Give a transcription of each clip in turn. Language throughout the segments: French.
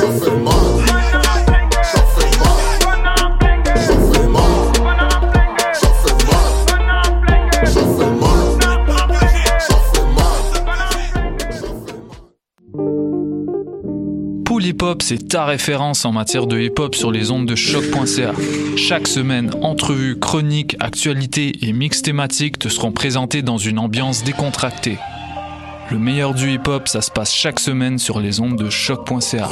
Pool Hip Hop, c'est ta référence en matière de hip-hop sur les ondes de choc.ca. Chaque semaine, entrevues, chroniques, actualités et mix thématiques te seront présentés dans une ambiance décontractée. Le meilleur du hip-hop, ça se passe chaque semaine sur les ondes de choc.ca.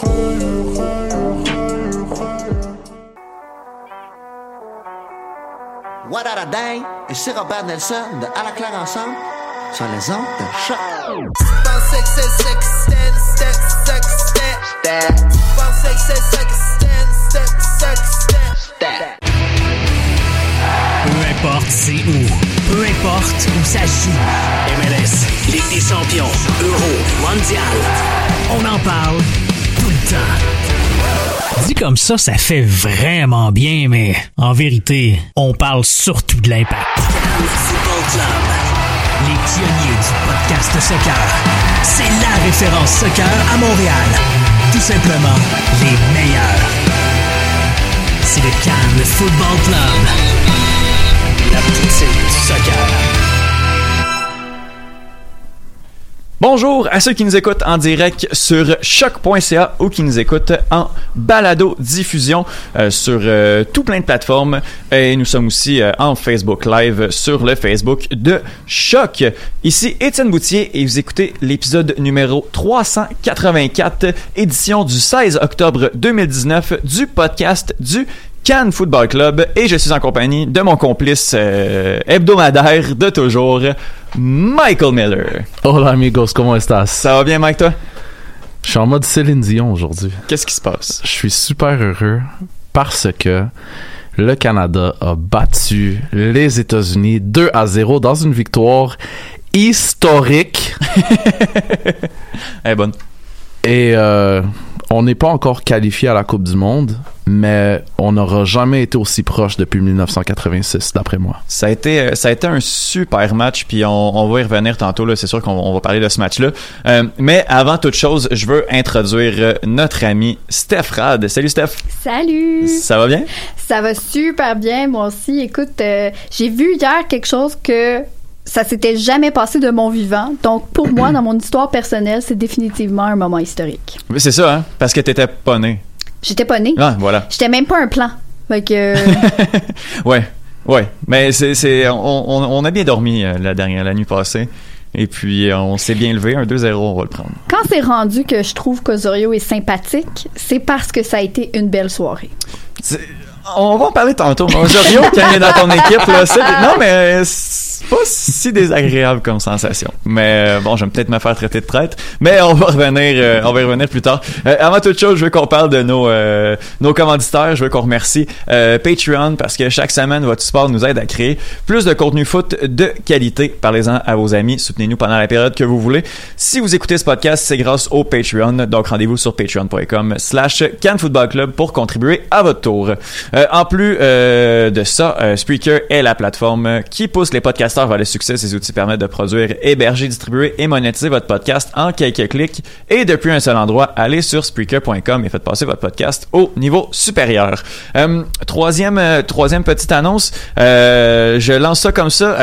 What a day? Ici Robert Nelson de À la claire ensemble sur les ondes de choc. Peu importe c'est où, peu importe où ça joue. MLS, Ligue des champions, Euro, Mondial. On en parle tout le temps. Dit comme ça fait vraiment bien, mais en vérité, on parle surtout de l'Impact. Cannes Football Club, les pionniers du podcast soccer. C'est la référence soccer à Montréal. Tout simplement, les meilleurs. C'est le Cannes Football Club. La poutine du soccer. Bonjour à ceux qui nous écoutent en direct sur choc.ca ou qui nous écoutent en balado-diffusion sur tout plein de plateformes. Et nous sommes aussi en Facebook Live sur le Facebook de Choc. Ici Étienne Boutier et vous écoutez l'épisode numéro 384, édition du 16 octobre 2019 du podcast du Cannes Football Club, et je suis en compagnie de mon complice hebdomadaire de toujours, Michael Miller. Hola amigos, comment estás? Ça va bien, Mike, toi? Je suis en mode Céline Dion aujourd'hui. Qu'est-ce qui se passe? Je suis super heureux parce que le Canada a battu les États-Unis 2-0 dans une victoire historique. Elle est bonne. Et on n'est pas encore qualifié à la Coupe du Monde, mais on n'aura jamais été aussi proche depuis 1986, d'après moi. Ça a été un super match, puis on va y revenir tantôt, là, c'est sûr qu'on va parler de ce match-là. Mais avant toute chose, je veux introduire notre ami Steph Rad. Salut Steph! Salut! Ça va bien? Ça va super bien, moi aussi. Écoute, j'ai vu hier quelque chose que ça s'était jamais passé de mon vivant. Donc, pour moi, dans mon histoire personnelle, c'est définitivement un moment historique. Oui, c'est ça, hein? Parce que t'étais pas né. J'étais pas né. Ah, voilà. J'étais même pas un plan. Fait que... ouais. Mais on a bien dormi la nuit passée. Et puis, on s'est bien levé. Un 2-0, on va le prendre. Quand c'est rendu que je trouve qu'Osorio est sympathique, c'est parce que ça a été une belle soirée. On va en parler tantôt. Osorio, quand il est dans ton équipe, là, non, mais c'est pas si désagréable comme sensation. Mais bon, je vais peut-être me faire traiter de traître. Mais on va y revenir plus tard. Avant toute chose, je veux qu'on parle de nos commanditaires. Je veux qu'on remercie Patreon, parce que chaque semaine, votre support nous aide à créer plus de contenu foot de qualité. Parlez-en à vos amis. Soutenez-nous pendant la période que vous voulez. Si vous écoutez ce podcast, c'est grâce au Patreon. Donc, rendez-vous sur patreon.com/Cannes Football Club pour contribuer à votre tour. En plus de ça, Spreaker est la plateforme qui pousse les podcasteurs vers le succès. Ces outils permettent de produire, héberger, distribuer et monétiser votre podcast en quelques clics et depuis un seul endroit. Allez sur Spreaker.com et faites passer votre podcast au niveau supérieur. Troisième petite annonce. Je lance ça comme ça.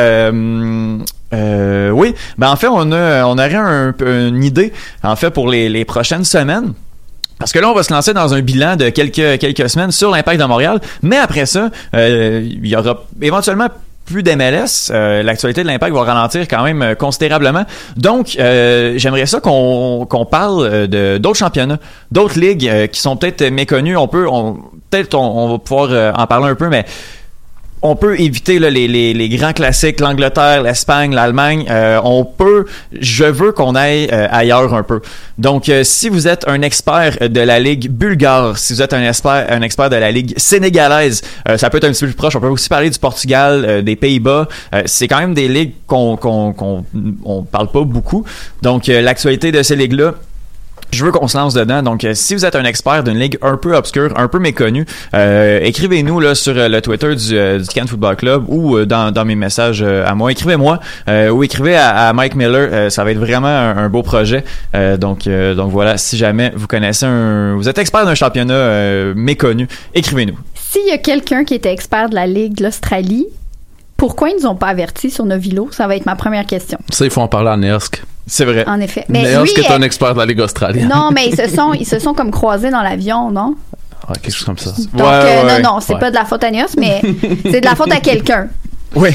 Oui, ben en fait, on aurait une idée en fait pour les prochaines semaines. Parce que là, on va se lancer dans un bilan de quelques semaines sur l'Impact de Montréal. Mais après ça, il y aura éventuellement plus d'MLS. L'actualité de l'Impact va ralentir quand même considérablement. Donc, j'aimerais ça qu'on parle d'autres championnats, d'autres ligues qui sont peut-être méconnues. On va pouvoir en parler un peu, mais on peut éviter là, les grands classiques, l'Angleterre, l'Espagne, l'Allemagne. Je veux qu'on aille ailleurs un peu. Donc, si vous êtes un expert de la Ligue bulgare, si vous êtes un expert de la Ligue sénégalaise, ça peut être un petit peu plus proche. On peut aussi parler du Portugal, des Pays-Bas. C'est quand même des ligues qu'on parle pas beaucoup. Donc, l'actualité de ces ligues-là, je veux qu'on se lance dedans. Donc, si vous êtes un expert d'une ligue un peu obscure, un peu méconnue, écrivez-nous là sur le Twitter du Cannes Football Club ou dans mes messages à moi. Écrivez-moi ou écrivez à Mike Miller. Ça va être vraiment un beau projet. Donc voilà, si jamais vous connaissez vous êtes expert d'un championnat méconnu, écrivez-nous. S'il y a quelqu'un qui était expert de la Ligue de l'Australie, pourquoi ils nous ont pas avertis sur Novilo? Ça va être ma première question. Ça, il faut en parler à Neosk. C'est vrai. En effet. Mais Neosk est un expert de la Ligue australienne. Non, mais ils se sont comme croisés dans l'avion, non? Ouais, quelque chose comme ça. Donc, non, c'est pas de la faute à Neos, mais c'est de la faute à quelqu'un. Oui.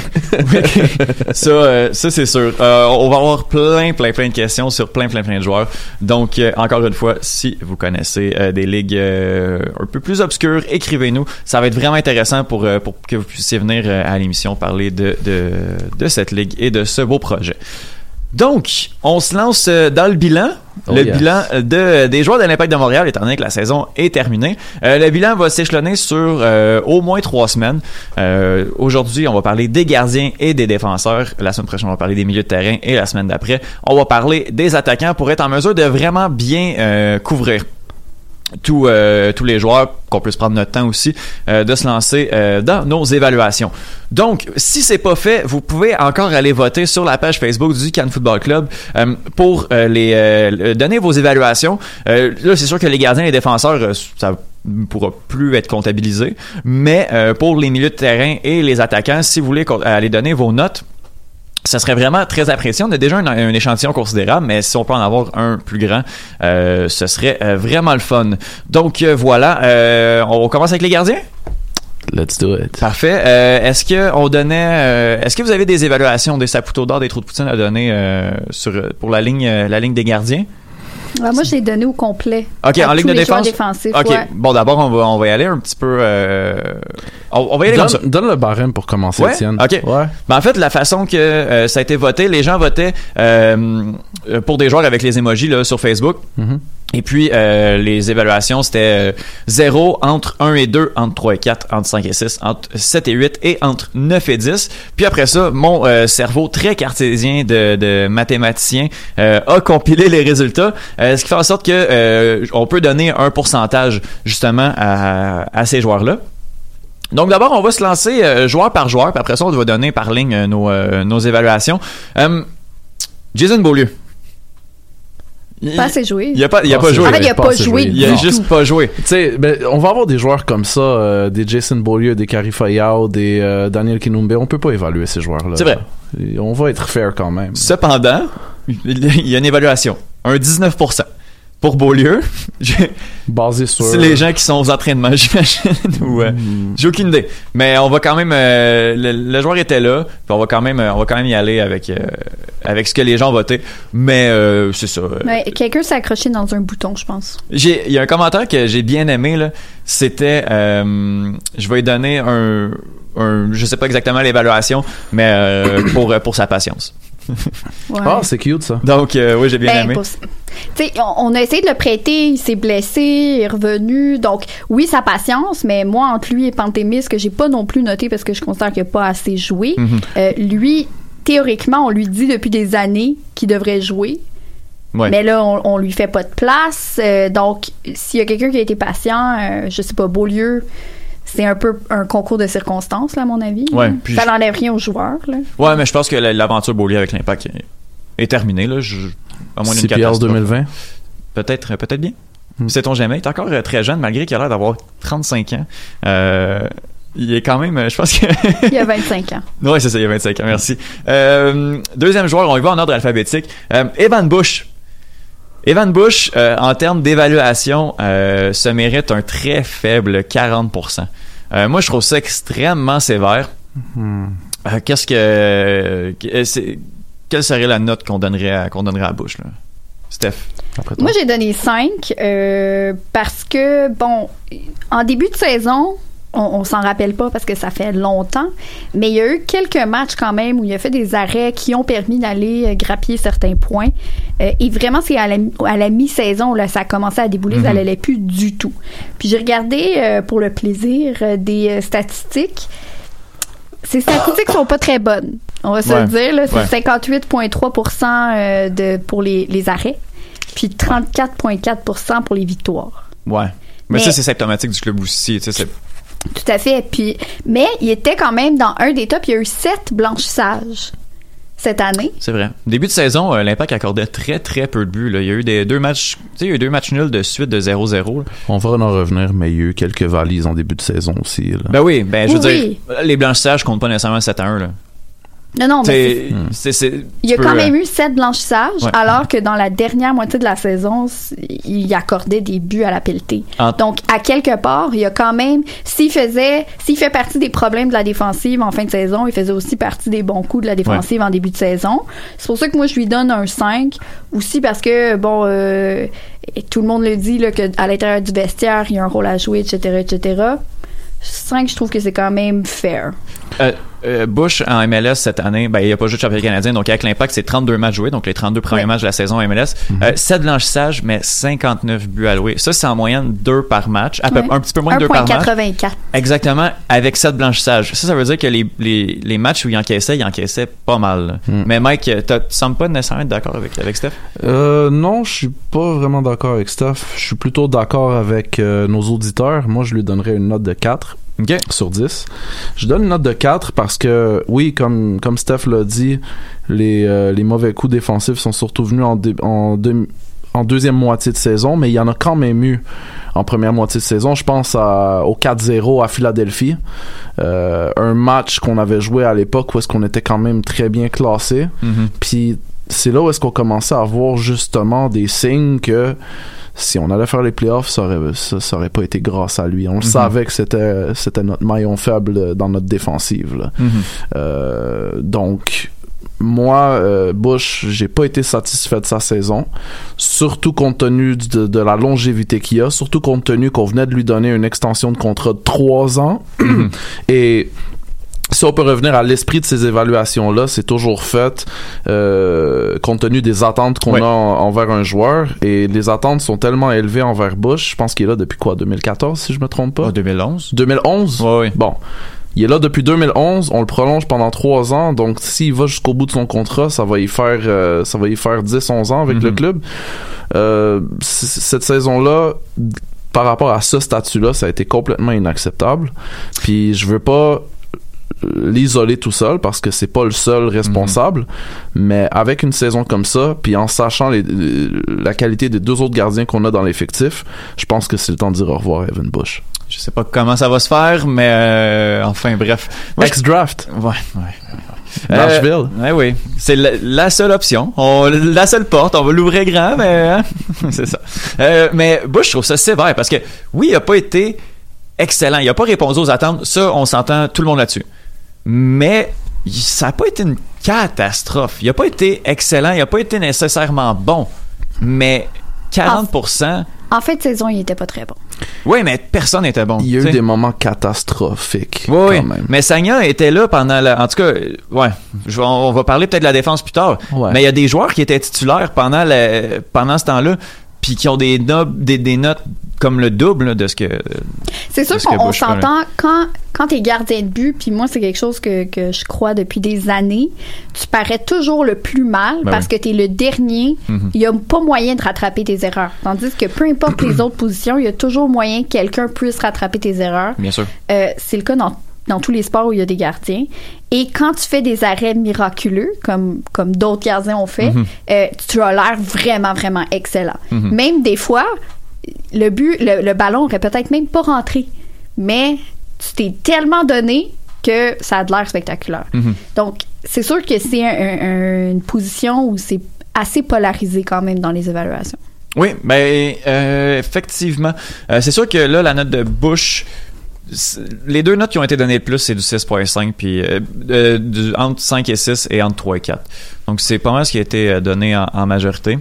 Ça c'est sûr. On va avoir plein de questions sur plein de joueurs. Donc, encore une fois, si vous connaissez des ligues un peu plus obscures, écrivez-nous. Ça va être vraiment intéressant pour que vous puissiez venir à l'émission parler de cette ligue et de ce beau projet. Donc, on se lance dans le bilan. Bilan des joueurs de l'Impact de Montréal, étant donné que la saison est terminée. Le bilan va s'échelonner sur au moins 3 semaines. Aujourd'hui, on va parler des gardiens et des défenseurs. La semaine prochaine, on va parler des milieux de terrain. Et la semaine d'après, on va parler des attaquants pour être en mesure de vraiment bien couvrir tous les joueurs, qu'on puisse prendre notre temps aussi de se lancer dans nos évaluations. Donc, si c'est pas fait, vous pouvez encore aller voter sur la page Facebook du Cannes Football Club pour donner vos évaluations. Là, c'est sûr que les gardiens et les défenseurs, ça pourra plus être comptabilisé, mais pour les milieux de terrain et les attaquants, si vous voulez aller donner vos notes, ça serait vraiment très apprécié. On a déjà un échantillon considérable, mais si on peut en avoir un plus grand, ce serait vraiment le fun. Donc voilà, on commence avec les gardiens? Let's do it. Parfait. Est-ce que vous avez des évaluations des Saputo d'or, des trous de poutine à donner pour la ligne des gardiens? Alors moi, je l'ai donné au complet. OK, en ligne de défense? OK, ouais. Bon, d'abord, on va y aller un petit peu... on va y aller comme ça. Donne le barème pour commencer, ouais? Étienne. OK. Ouais. Ben, en fait, la façon que ça a été voté, les gens votaient pour des joueurs avec les emojis là, sur Facebook. Mm-hmm. Et puis, les évaluations, c'était 0, entre 1 et 2, entre 3 et 4, entre 5 et 6, entre 7 et 8 et entre 9 et 10. Puis après ça, mon cerveau très cartésien de mathématicien a compilé les résultats, ce qui fait en sorte que on peut donner un pourcentage justement à ces joueurs-là. Donc d'abord, on va se lancer joueur par joueur, puis après ça, on va donner par ligne nos évaluations. Jason Beaulieu. Pas assez joué. Il a pas joué. En fait, il a pas joué. Il a juste pas joué. Tu sais, on va avoir des joueurs comme ça, des Jason Beaulieu, des Kari Fayao, des Daniel Kinumbe. On peut pas évaluer ces joueurs-là. C'est vrai. On va être fair quand même. Cependant, il y a une évaluation. Un 19%. Pour Beaulieu, basé sur... c'est les gens qui sont aux entraînements, j'imagine, ou j'ai aucune idée. Mais on va quand même, le joueur était là, puis on va quand même y aller avec ce que les gens ont voté. Mais c'est ça. Mais quelqu'un s'est accroché dans un bouton, je pense. Il y a un commentaire que j'ai bien aimé là. C'était, je vais lui donner un, je sais pas exactement l'évaluation, mais pour sa patience. Ouais. Ah, c'est cute ça. Donc oui, j'ai bien aimé. T'sais, on a essayé de le prêter, il s'est blessé, il est revenu. Donc oui, sa patience, mais moi entre lui et Pantémis, que j'ai pas non plus noté parce que je considère qu'il a pas assez joué. Lui, théoriquement, on lui dit depuis des années qu'il devrait jouer. Ouais. Mais là, on lui fait pas de place. Donc s'il y a quelqu'un qui a été patient, je sais pas, Beaulieu. C'est un peu un concours de circonstances, là, à mon avis. Ouais, ça n'enlève rien aux joueurs. Là. Ouais, mais je pense que l'aventure Beaulieu avec l'Impact est terminée. Là, à moins d'une catastrophe. 2020? Peut-être bien. Sait-on jamais. Il est encore très jeune, malgré qu'il a l'air d'avoir 35 ans. Il est quand même, je pense que... Il a 25 ans. Oui, c'est ça, il a 25 ans, merci. Deuxième joueur, on y va en ordre alphabétique. Evan Bush. Evan Bush, en termes d'évaluation, se mérite un très faible 40%. Moi, je trouve ça extrêmement sévère. Quelle serait la note qu'on donnerait à Bush, là? Steph? Moi, j'ai donné 5 parce que, bon, en début de saison... On s'en rappelle pas parce que ça fait longtemps, mais il y a eu quelques matchs quand même où il a fait des arrêts qui ont permis d'aller grappiller certains points. Et vraiment, c'est à la mi-saison là, ça a commencé à débouler, ça n'allait plus du tout. Puis j'ai regardé pour le plaisir des statistiques. Ces statistiques sont pas très bonnes. On va se le dire, là, c'est 58,3% pour les arrêts. puis 34,4% pour les victoires. Ouais. Mais ça, c'est symptomatique du club aussi. Tu sais, tout à fait. Puis, mais il était quand même dans un des tops. Il y a eu 7 blanchissages cette année. C'est vrai. Début de saison, l'Impact accordait très, très peu de buts. Là. Il y a eu deux matchs nuls de suite de 0-0. Là. On va en revenir, mais il y a eu quelques valises en début de saison aussi. Là. Ben oui, je veux dire, les blanchissages comptent pas nécessairement 7-1. Là. Non, mais il y a quand même eu 7 blanchissages, alors que dans la dernière moitié de la saison, il accordait des buts à la pelletée. Donc, à quelque part, il y a quand même, s'il fait partie des problèmes de la défensive en fin de saison, il faisait aussi partie des bons coups de la défensive en début de saison. C'est pour ça que moi, je lui donne un 5, aussi parce que, tout le monde le dit, là, qu'à l'intérieur du vestiaire, il y a un rôle à jouer, etc., etc. 5, je trouve que c'est quand même fair. Bush en MLS cette année, il a pas joué de championnat canadien, donc avec l'Impact, c'est 32 matchs joués, donc les 32 premiers matchs de la saison MLS. 7 blanchissages, mais 59 buts alloués. Ça, c'est en moyenne 2 par match, un petit peu moins de 2 par match. 1,84. Exactement, avec 7 blanchissages. Ça veut dire que les matchs où il encaissait pas mal. Mais Mike, tu sembles pas nécessairement être d'accord avec Steph? Non, je suis pas vraiment d'accord avec Steph. Je suis plutôt d'accord avec nos auditeurs. Moi, je lui donnerais une note de 4. Okay. Sur 10. Je donne une note de 4 parce que, oui, comme Steph l'a dit, les mauvais coups défensifs sont surtout venus en deuxième moitié de saison, mais il y en a quand même eu en première moitié de saison. Je pense au 4-0 à Philadelphie. Un match qu'on avait joué à l'époque où est-ce qu'on était quand même très bien classé. Puis c'est là où est-ce qu'on commençait à voir justement des signes que si on allait faire les playoffs, ça aurait pas été grâce à lui. On le savait que c'était notre maillon faible dans notre défensive. Là. Donc, moi, Bush, j'ai pas été satisfait de sa saison, surtout compte tenu de la longévité qu'il a, surtout compte tenu qu'on venait de lui donner une extension de contrat de 3 ans. Et si on peut revenir à l'esprit de ces évaluations-là, c'est toujours fait compte tenu des attentes qu'on a envers un joueur. Et les attentes sont tellement élevées envers Bush. Je pense qu'il est là depuis 2014, si je me trompe pas. 2011. 2011? Oui. Bon. Il est là depuis 2011. On le prolonge pendant 3 ans. Donc, s'il va jusqu'au bout de son contrat, ça va y faire 10-11 ans avec le club. Cette saison-là, par rapport à ce statut-là, ça a été complètement inacceptable. Puis, je veux pas l'isoler tout seul parce que c'est pas le seul responsable, mais avec une saison comme ça, puis en sachant la qualité des 2 autres gardiens qu'on a dans l'effectif, je pense que c'est le temps de dire au revoir à Evan Bush. Je sais pas comment ça va se faire, mais enfin bref. Ex-draft. Ouais. Nashville. Oui. C'est la seule option. La seule porte. On va l'ouvrir grand, mais c'est ça. Mais Bush, je trouve ça sévère parce que oui, il a pas été excellent. Il a pas répondu aux attentes. Ça, on s'entend tout le monde là-dessus. Mais ça n'a pas été une catastrophe. Il n'a pas été excellent. Il n'a pas été nécessairement bon. Mais 40%... En fait, saison, il n'était pas très bon. Oui, mais personne n'était bon. Il y a eu des moments catastrophiques. Oui, quand même. Mais Sagna était là pendant en tout cas, on va parler peut-être de la défense plus tard. Ouais. Mais il y a des joueurs qui étaient titulaires pendant ce temps-là, puis qui ont des notes comme le double là, de ce que. C'est sûr qu'on s'entend quand t'es gardien de but, puis moi c'est quelque chose que je crois depuis des années. Tu parais toujours le plus mal parce que t'es le dernier. Il y a pas moyen de rattraper tes erreurs. Tandis que peu importe les autres positions, il y a toujours moyen que quelqu'un puisse rattraper tes erreurs. Bien sûr. C'est le cas dans tous les sports où il y a des gardiens. Et quand tu fais des arrêts miraculeux, comme d'autres gardiens ont fait, tu as l'air vraiment, vraiment excellent. Même des fois, le ballon aurait peut-être même pas rentré, mais tu t'es tellement donné que ça a de l'air spectaculaire. Donc, c'est sûr que c'est une position où c'est assez polarisé quand même dans les évaluations. Oui, effectivement. C'est sûr que là, la note de Bush... Les 2 notes qui ont été données le plus, c'est du 6.5 puis entre 5 et 6 et entre 3 et 4. Donc c'est pas mal ce qui a été donné en majorité.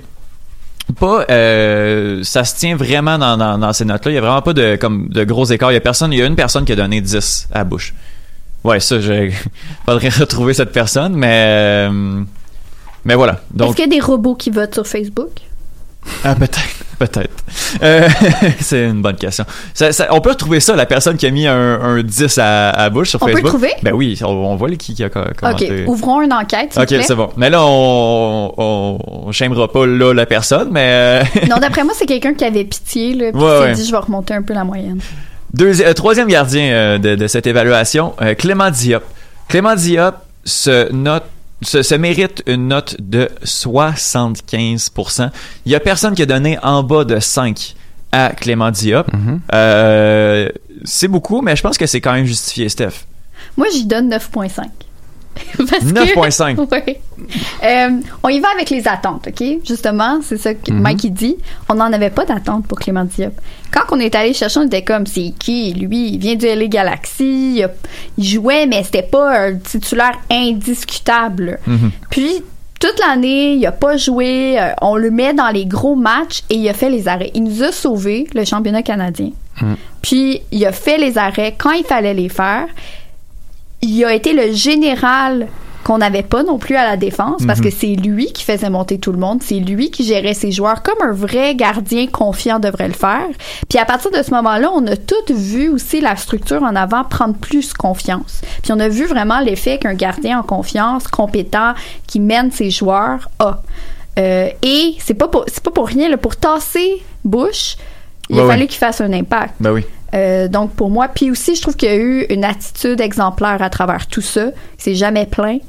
Ça se tient vraiment dans ces notes-là. Il y a vraiment pas de gros écarts. Il y a une personne qui a donné 10 à Bush. Ouais, ça, faudrait retrouver cette personne, mais voilà. Donc, est-ce qu'il y a des robots qui votent sur Facebook? Peut-être. Peut-être. C'est une bonne question. On peut retrouver ça, la personne qui a mis un 10 à Bush sur Facebook. On peut le trouver? Ben oui, on voit qui a commenté. OK, ouvrons une enquête, s'il vous plaît. OK, c'est bon. Mais là, on chèmera pas là la personne, mais... Non, d'après moi, c'est quelqu'un qui avait pitié, là, puis qui s'est dit, je vais remonter un peu la moyenne. Troisième gardien de cette évaluation, Clément Diop. Clément Diop se mérite une note de 75%. Il y a personne qui a donné en bas de 5 à Clément Diop. C'est beaucoup, mais je pense que c'est quand même justifié, Steph. Moi, j'y donne 9.5. 9.5. Oui. On y va avec les attentes, OK? Justement, c'est ça que Mike il dit. On n'en avait pas d'attente pour Clément Diop. Quand on est allé chercher, on était comme, c'est qui? Lui, il vient du LA Galaxy. Il jouait, mais c'était pas un titulaire indiscutable. Puis, toute l'année, il a pas joué. On le met dans les gros matchs et il a fait les arrêts. Il nous a sauvé le championnat canadien. Puis, il a fait les arrêts quand il fallait les faire. Il a été le général qu'on n'avait pas non plus à la défense parce que c'est lui qui faisait monter tout le monde, c'est lui qui gérait ses joueurs comme un vrai gardien confiant devrait le faire. Puis à partir de ce moment-là, on a tous vu aussi la structure en avant prendre plus confiance. Puis on a vu vraiment l'effet qu'un gardien en confiance, compétent, qui mène ses joueurs a. Et c'est pas pour rien, là, pour tasser Bush, il a fallu qu'il fasse un impact. Ben oui. Donc pour moi, puis aussi je trouve qu'il y a eu une attitude exemplaire à travers tout ça, c'est jamais plein.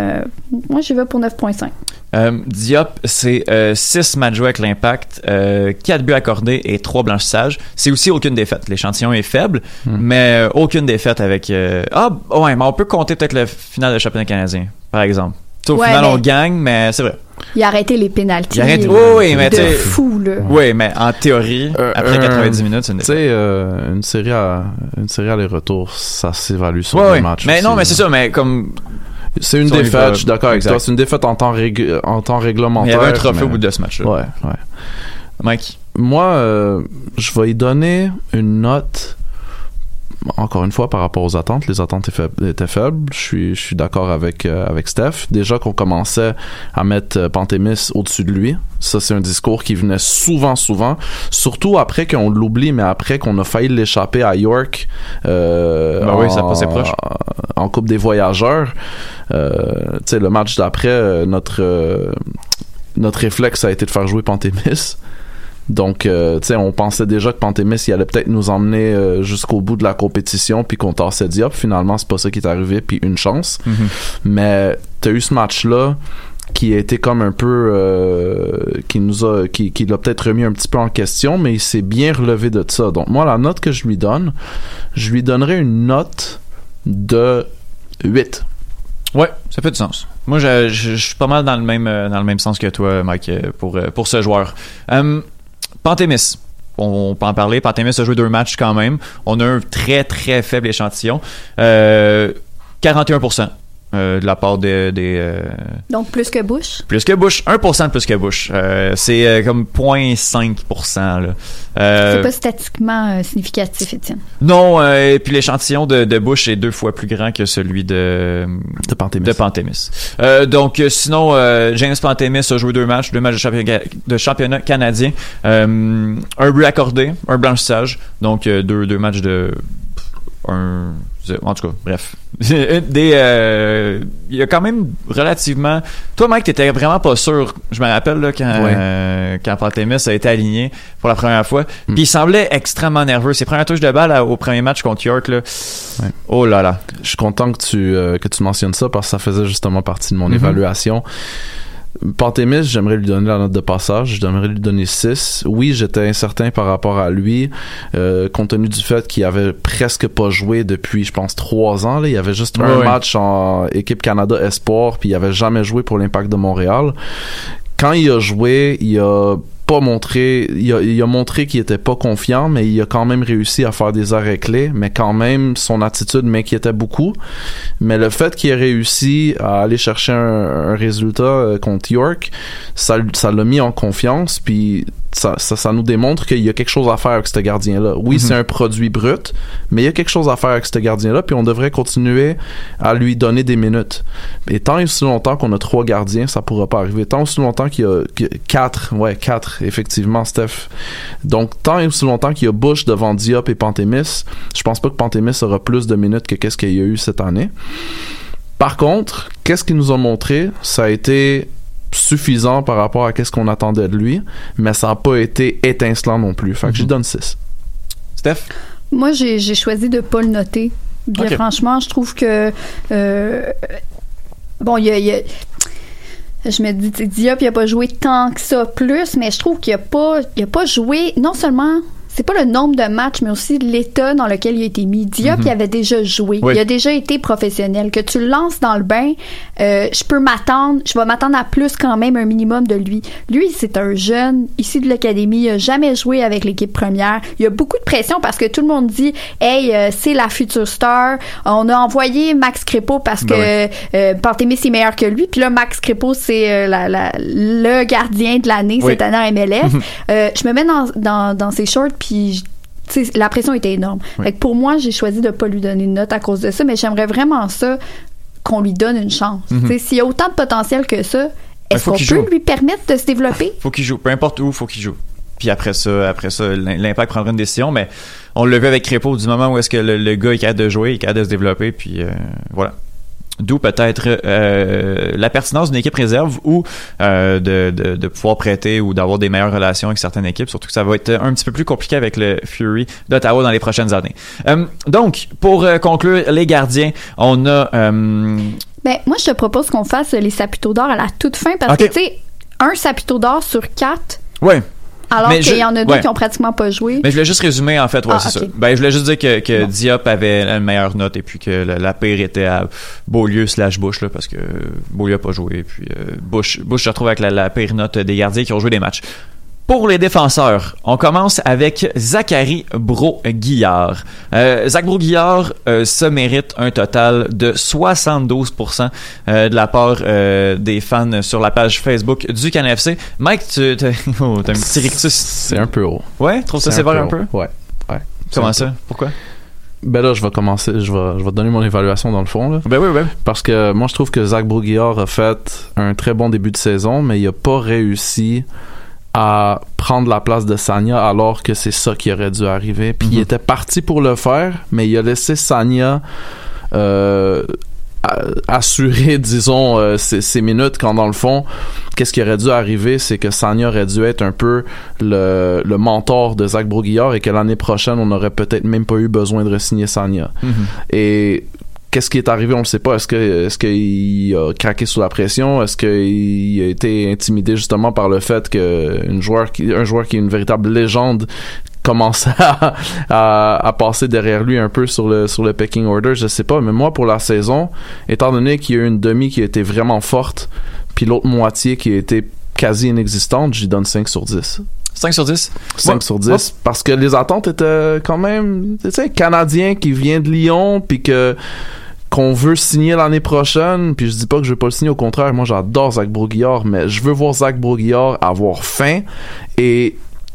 Moi j'y vais pour 9.5. Diop, c'est 6 matchs joués avec l'Impact, 4 buts accordés et 3 blanchissages. C'est aussi aucune défaite. L'échantillon est faible, mais aucune défaite avec... mais on peut compter peut-être le final de championnat canadien, par exemple. Au final, on gagne, mais c'est vrai. Il a arrêté les pénaltys. Oui, mais de fou, là. Oui, mais en théorie, après 90 minutes, c'est une défaite. Tu sais, une série aller-retour, ça s'évalue sur le match. Mais aussi, non, mais c'est ça, mais comme... C'est une défaite, je suis d'accord avec toi. C'est une défaite en temps réglementaire. Mais il y avait un trophée au bout de ce match-là. Ouais. Mike? Moi, je vais y donner une note... Encore une fois, par rapport aux attentes, les attentes étaient faibles. Je suis d'accord avec Steph. Déjà qu'on commençait à mettre Pantémis au-dessus de lui. Ça, c'est un discours qui venait souvent. Surtout après qu'on l'oublie, mais après qu'on a failli l'échapper à York. Oui, ça passait proche. En Coupe des Voyageurs. Tu sais, le match d'après, notre réflexe a été de faire jouer Pantémis. Donc, tu sais, on pensait déjà que Pantémis, il allait peut-être nous emmener jusqu'au bout de la compétition, puis qu'on tassait Diop. Finalement, c'est pas ça qui est arrivé, puis une chance. Mais t'as eu ce match-là qui a été comme un peu... qui l'a peut-être remis un petit peu en question, mais il s'est bien relevé de ça. Donc, moi, la note que je lui donnerais une note de 8. Ouais, ça fait du sens. Moi, je suis pas mal dans le même sens que toi, Mike, pour ce joueur. Pantémis, on peut en parler. Pantémis a joué 2 matchs quand même. On a un très très faible échantillon. 41% de la part des... Donc plus que Bush? Plus que Bush. 1% de plus que Bush. C'est comme 0.5%. Là. C'est pas statistiquement significatif, Étienne. Non, et puis l'échantillon de Bush est 2 fois plus grand que celui de Pantémis. Donc sinon, James Pantémis a joué 2 matchs de championnat canadien. Un but accordé, un blanchissage. Donc 2 matchs de... En tout cas, bref. Il y a quand même relativement... Toi, Mike, t'étais vraiment pas sûr. Je me rappelle là, quand Pantémis a été aligné pour la première fois. Puis il semblait extrêmement nerveux. Ses premières touches de balle au premier match contre York, là. Ouais. Oh là là. Je suis content que tu mentionnes ça parce que ça faisait justement partie de mon évaluation. Pantémis, j'aimerais lui donner la note de passage. J'aimerais lui donner 6. Oui, j'étais incertain par rapport à lui, compte tenu du fait qu'il avait presque pas joué depuis, je pense, 3 ans. Là. Il y avait juste un match en équipe Canada Espoir, puis il avait jamais joué pour l'Impact de Montréal. Quand il a joué, il a pas montré, il a montré qu'il était pas confiant, mais il a quand même réussi à faire des arrêts clés, mais quand même son attitude m'inquiétait beaucoup. Mais le fait qu'il ait réussi à aller chercher un résultat contre York, ça l'a mis en confiance, puis ça nous démontre qu'il y a quelque chose à faire avec ce gardien-là. Oui, c'est un produit brut, mais il y a quelque chose à faire avec ce gardien-là, puis on devrait continuer à lui donner des minutes. Et tant et aussi longtemps qu'on a 3 gardiens, ça pourra pas arriver. Tant aussi longtemps qu'il y a 4 effectivement, Steph. Donc, tant et aussi longtemps qu'il y a Bush devant Diop et Pantémis, je pense pas que Pantémis aura plus de minutes que qu'est-ce qu'il y a eu cette année. Par contre, qu'est-ce qu'ils nous ont montré? Ça a été suffisant par rapport à qu'est-ce qu'on attendait de lui, mais ça n'a pas été étincelant non plus. Fait que j'y donne 6. Steph? Moi, j'ai choisi de pas le noter. Bien franchement, je trouve que bon, il y a je me dis, Diop, il a pas joué tant que ça plus, mais je trouve qu'il a pas joué, non seulement, c'est pas le nombre de matchs, mais aussi l'état dans lequel il a été mis. Diop, il avait déjà joué. Oui. Il a déjà été professionnel. Que tu le lances dans le bain, je vais m'attendre à plus quand même, un minimum de lui. Lui, c'est un jeune, issu de l'académie, il a jamais joué avec l'équipe première. Il y a beaucoup de pression parce que tout le monde dit, hey, c'est la future star. On a envoyé Max Crépeau parce que Pantémis est meilleur que lui. Puis là, Max Crépeau, c'est le gardien de l'année cette année en MLS. Je me mets dans ses shorts, puis la pression était énorme. Fait que pour moi, j'ai choisi de pas lui donner une note à cause de ça, mais j'aimerais vraiment ça qu'on lui donne une chance. S'il y a autant de potentiel que ça, est-ce qu'on peut lui permettre de se développer? Faut qu'il joue. Peu importe où, faut qu'il joue. Puis après ça, l'Impact prendra une décision, mais on l'a vu avec Crépeau, du moment où est-ce que le gars est capable de jouer, il est capable de se développer, puis voilà. D'où peut-être la pertinence d'une équipe réserve ou de pouvoir prêter ou d'avoir des meilleures relations avec certaines équipes, surtout que ça va être un petit peu plus compliqué avec le Fury d'Ottawa dans les prochaines années. Donc, pour conclure, les gardiens, on a... moi, je te propose qu'on fasse les Saputo d'or à la toute fin, parce que, tu sais, un Saputo d'or sur 4... Ouais. Alors qu'il y en a deux qui ont pratiquement pas joué. Mais je voulais juste résumer, en fait, c'est ça. Je voulais juste dire que Diop avait la meilleure note et puis que la pire était à Beaulieu/Bush, là, parce que Beaulieu a pas joué. Et puis Bush se retrouve avec la pire note des gardiens qui ont joué des matchs. Pour les défenseurs, on commence avec Zachary Brault-Guillard. Zach Brault-Guillard, ça mérite un total de 72% de la part des fans sur la page Facebook du CanFC. Mike, t'as un petit rictus. C'est un peu haut. Ouais? Trouve ça sévère un peu? Ouais. Comment ça? Pourquoi? Ben là, je vais commencer, je vais donner mon évaluation dans le fond, là. Ben oui. Parce que moi, je trouve que Zach Brault-Guillard a fait un très bon début de saison, mais il a pas réussi à prendre la place de Sagna alors que c'est ça qui aurait dû arriver. Puis il était parti pour le faire, mais il a laissé Sagna assurer, disons, ses minutes, quand dans le fond, qu'est-ce qui aurait dû arriver, c'est que Sagna aurait dû être un peu le mentor de Zach Brault-Guillard et que l'année prochaine, on n'aurait peut-être même pas eu besoin de re-signer Sagna. Et qu'est-ce qui est arrivé, on le sait pas. Est-ce qu'il a craqué sous la pression? Est-ce qu'il a été intimidé justement par le fait que un joueur qui est une véritable légende commençait à passer derrière lui un peu sur le pecking order? Je sais pas, mais moi, pour la saison, étant donné qu'il y a eu une demi qui a été vraiment forte, puis l'autre moitié qui a été quasi inexistante, j'y donne 5 sur 10. 5 sur 10? 5 sur 10, parce que les attentes étaient quand même, tu sais, Canadien qui vient de Lyon, puis qu'on veut signer l'année prochaine, puis je dis pas que je veux pas le signer, au contraire, moi j'adore Zach Brault-Guillard, mais je veux voir Zach Brault-Guillard avoir faim et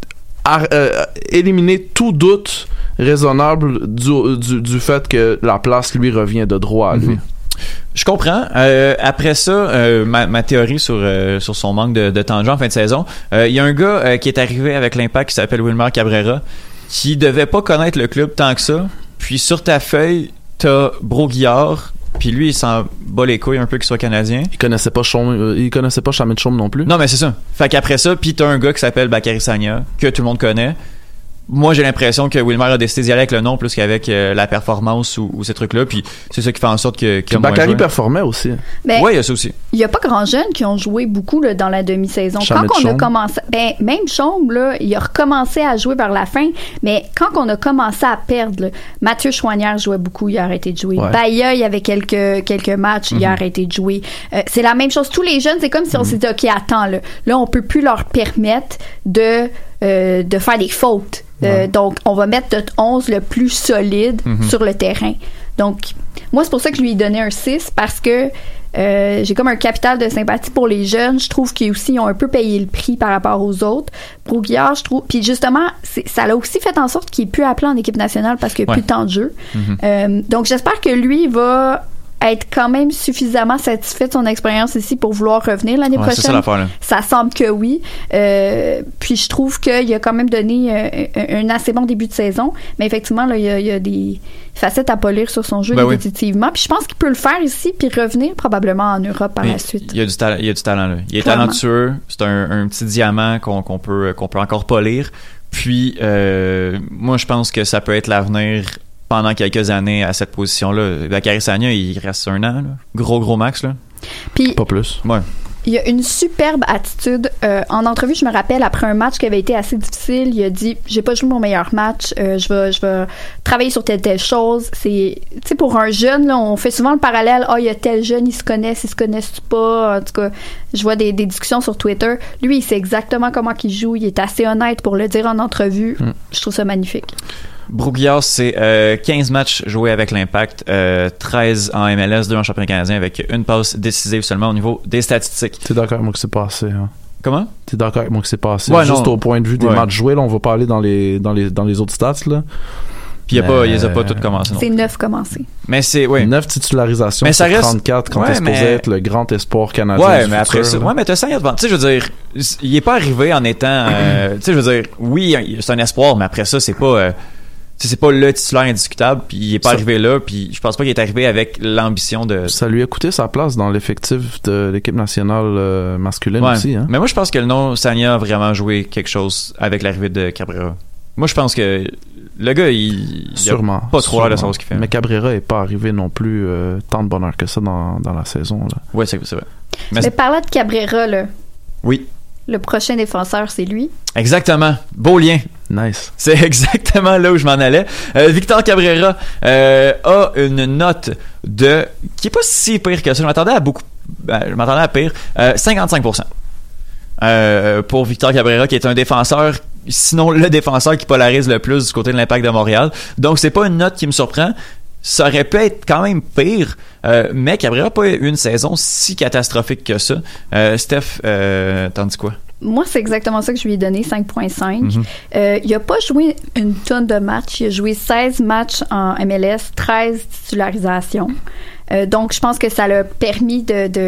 éliminer tout doute raisonnable du fait que la place lui revient de droit à lui. Je comprends. Après ça, ma théorie sur son manque de temps de jeu en fin de saison, il y a un gars qui est arrivé avec l'Impact qui s'appelle Wilmer Cabrera, qui devait pas connaître le club tant que ça. Puis sur ta feuille, t'as Brault-Guillard, puis lui, il s'en bat les couilles un peu qu'il soit canadien. Il connaissait pas Chamit Chaume non plus. Non, mais c'est ça. Fait qu'après ça, puis t'as un gars qui s'appelle Bakary Sagna, que tout le monde connaît. Moi, j'ai l'impression que Wilmer a décidé d'y aller avec le nom plus qu'avec la performance ou ces trucs-là. Puis c'est ça qui fait en sorte que Bakary performait aussi. Ben, oui, il y a ça aussi. Il n'y a pas grand jeunes qui ont joué beaucoup là, dans la demi-saison. Quand on a commencé, même Chaume, là, il a recommencé à jouer vers la fin. Mais quand on a commencé à perdre, là, Mathieu Chouanière jouait beaucoup, il a arrêté de jouer. Bahia, il y avait quelques matchs, il a arrêté de jouer. C'est la même chose. Tous les jeunes, c'est comme si on s'est dit, OK, attends, là, on peut plus leur permettre de faire des fautes. Donc, on va mettre notre 11 le plus solide sur le terrain. Donc, moi, c'est pour ça que je lui ai donné un 6, parce que j'ai comme un capital de sympathie pour les jeunes. Je trouve qu'ils aussi ont un peu payé le prix par rapport aux autres. Brault-Guillard, je trouve... Puis justement, ça l'a aussi fait en sorte qu'il est plus appelé en équipe nationale parce qu'il n'y a plus de temps de jeu. Donc, j'espère que lui va être quand même suffisamment satisfait de son expérience ici pour vouloir revenir l'année prochaine. C'est ça l'affaire, là. Ça semble que oui. Puis je trouve qu'il a quand même donné un assez bon début de saison. Mais effectivement, là, il y a des facettes à polir sur son jeu, définitivement. Puis je pense qu'il peut le faire ici puis revenir probablement en Europe par la suite. Il y a du talent, là. Il est talentueux. C'est un petit diamant qu'on peut encore polir. Puis moi, je pense que ça peut être l'avenir pendant quelques années à cette position-là. Bakary Sagna, il reste 1 an, là. Gros max, là. Puis, pas plus. Ouais. Il y a une superbe attitude. En entrevue, je me rappelle, après un match qui avait été assez difficile, il a dit « J'ai pas joué mon meilleur match, je vais travailler sur telle chose. » C'est, tu sais, pour un jeune, là, on fait souvent le parallèle « Ah, il y a tel jeune, ils se connaissent pas? » En tout cas, je vois des discussions sur Twitter. Lui, il sait exactement comment il joue. Il est assez honnête pour le dire en entrevue. Je trouve ça magnifique. Broguillard, c'est 15 matchs joués avec l'Impact, 13 en MLS, 2 en championnat canadien, avec une passe décisive seulement au niveau des statistiques. T'es d'accord avec moi que c'est passé, hein? Comment? T'es d'accord avec moi que c'est passé? Ouais, juste non. au point de vue des matchs joués, là, on va parler dans les autres stats, là. Puis il les a pas toutes commencées. C'est 9 commencés. Mais c'est, 9 titularisations, mais ça sur reste 34 quand t'es supposé être le grand espoir canadien. Ouais, du mais futur, après ça, là. mais t'as 5 ans devant. Tu sais, je veux dire, il est pas arrivé en étant, tu sais, je veux dire, oui, c'est un espoir, mais après ça, c'est pas le titulaire indiscutable, puis il est pas arrivé là, puis je pense pas qu'il est arrivé avec l'ambition de... Ça lui a coûté sa place dans l'effectif de l'équipe nationale masculine aussi, hein. Mais moi, je pense que le nom Sagna a vraiment joué quelque chose avec l'arrivée de Cabrera. Moi, je pense que le gars, il a pas trop l'air de savoir ce qu'il fait. Mais Cabrera est pas arrivé non plus tant de bonheur que ça dans la saison, là. Ouais, c'est vrai. Mais parlant de Cabrera, là. Oui. Le prochain défenseur, c'est lui. Exactement. Beau lien. Nice. C'est exactement là où je m'en allais. Victor Cabrera a une note qui est pas si pire que ça. Je m'attendais à pire. 55%. Pour Victor Cabrera, qui est un défenseur, sinon le défenseur qui polarise le plus du côté de l'Impact de Montréal. Donc c'est pas une note qui me surprend. Ça aurait pu être quand même pire, mais Cabrera n'a pas eu une saison si catastrophique que ça. Steph, t'en dis quoi? Moi, c'est exactement ça que je lui ai donné, 5.5. Il n'a pas joué une tonne de matchs. Il a joué 16 matchs en MLS, 13 titularisations. Donc, je pense que ça l'a permis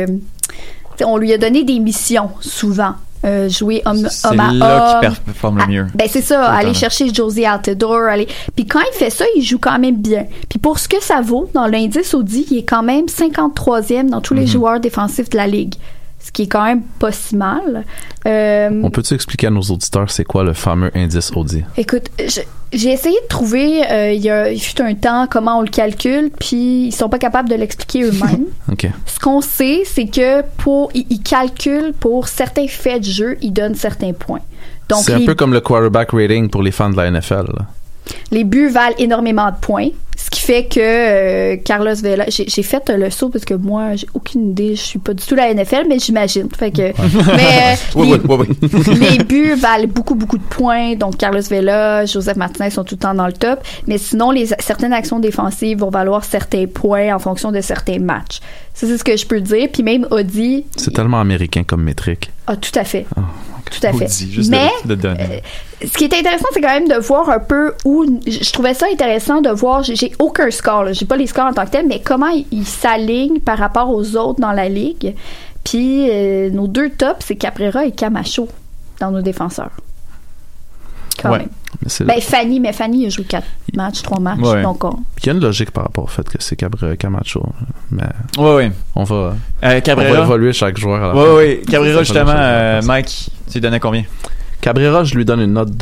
on lui a donné des missions, souvent. Jouer homme à homme. C'est là qu'il performe le mieux. Ben c'est ça, aller chercher Josie Altidore, Puis quand il fait ça, il joue quand même bien. Puis pour ce que ça vaut, dans l'indice Audi, il est quand même 53e dans tous les joueurs défensifs de la Ligue. Ce qui est quand même pas si mal. On peut-tu expliquer à nos auditeurs c'est quoi le fameux indice Audi? Écoute, j'ai essayé de trouver, il fut un temps, comment on le calcule, puis ils sont pas capables de l'expliquer eux-mêmes. Okay. Ce qu'on sait, c'est que ils calculent pour certains faits de jeu, ils donnent certains points. Donc, c'est un peu comme le quarterback rating pour les fans de la NFL, là. Les buts valent énormément de points, ce qui fait que Carlos Vela, j'ai fait le saut parce que moi j'ai aucune idée, je suis pas du tout la NFL, mais j'imagine. Fait que, mais les buts valent beaucoup de points. Donc Carlos Vela, Joseph Martinez sont tout le temps dans le top, mais sinon certaines actions défensives vont valoir certains points en fonction de certains matchs. Ça, c'est ce que je peux dire. Puis même Audi, c'est tellement américain comme métrique. Ah, tout à fait. Oh. Tout à fait. Audi, juste mais de donner. Ce qui est intéressant, c'est quand même de voir un peu où je trouvais ça intéressant de voir. J'ai aucun score, là, j'ai pas les scores en tant que tel, mais comment ils s'alignent par rapport aux autres dans la ligue. Puis nos deux tops, c'est Cabrera et Camacho dans nos défenseurs. Quand même. Fanny a joué 4 matchs, 3 matchs. Ouais. Donc il y a une logique par rapport au fait que c'est Camacho. Mais on va évoluer chaque joueur à la fin. Oui. Cabrera, justement, Mike, tu lui donnais combien? Cabrera, je lui donne une note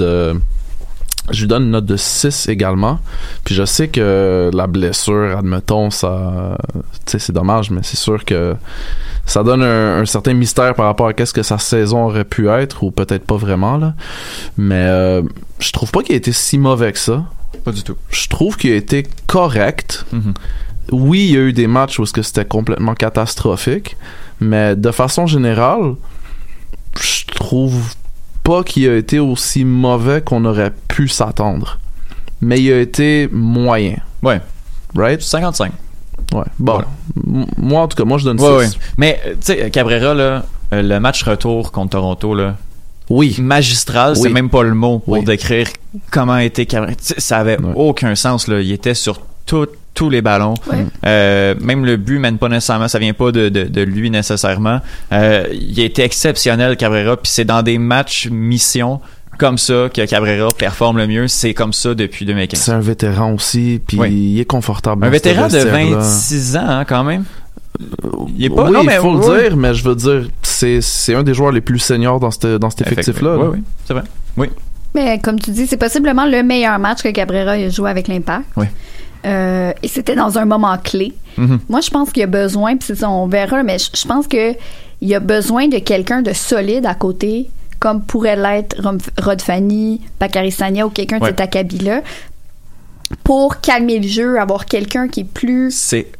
de 6 également. Puis je sais que la blessure, admettons, ça, tu sais, c'est dommage, mais c'est sûr que ça donne un certain mystère par rapport à qu'est-ce que sa saison aurait pu être, ou peut-être pas vraiment, là. Mais je trouve pas qu'il a été si mauvais que ça. Pas du tout. Je trouve qu'il a été correct. Oui, il y a eu des matchs où c'était complètement catastrophique, mais de façon générale, je trouve pas qu'il a été aussi mauvais qu'on aurait pu s'attendre. Mais il a été moyen. Ouais. Right? 55. Ouais. Bon. Voilà. Moi, en tout cas, je donne 6. Ouais. Mais, tu sais, Cabrera, là, le match retour contre Toronto, là. Oui. Magistral, c'est même pas le mot pour décrire comment était Cabrera. Ça avait aucun sens, là. Il était sur toutes tous les ballons. Ouais. Même le but mène pas nécessairement, ça vient pas de lui nécessairement. Il a été exceptionnel, Cabrera, puis c'est dans des matchs missions comme ça que Cabrera performe le mieux. C'est comme ça depuis 2015. C'est un vétéran aussi, puis il est confortable. Un dans vétéran ce de vestiaire-là. 26 ans, hein, quand même. Il est pas... Oui, non, il mais, faut le dire, mais je veux dire, c'est un des joueurs les plus seniors dans cet effectif-là. Oui, c'est vrai. Oui. Mais comme tu dis, c'est possiblement le meilleur match que Cabrera a joué avec l'Impact. Oui. Et c'était dans un moment clé. Mm-hmm. Moi, je pense qu'il y a besoin, puis c'est ça, on verra, mais je pense qu'il y a besoin de quelqu'un de solide à côté, comme pourrait l'être Rod Fanny, Bakary Sagna ou quelqu'un de cet acabit-là, pour calmer le jeu, avoir quelqu'un qui est plus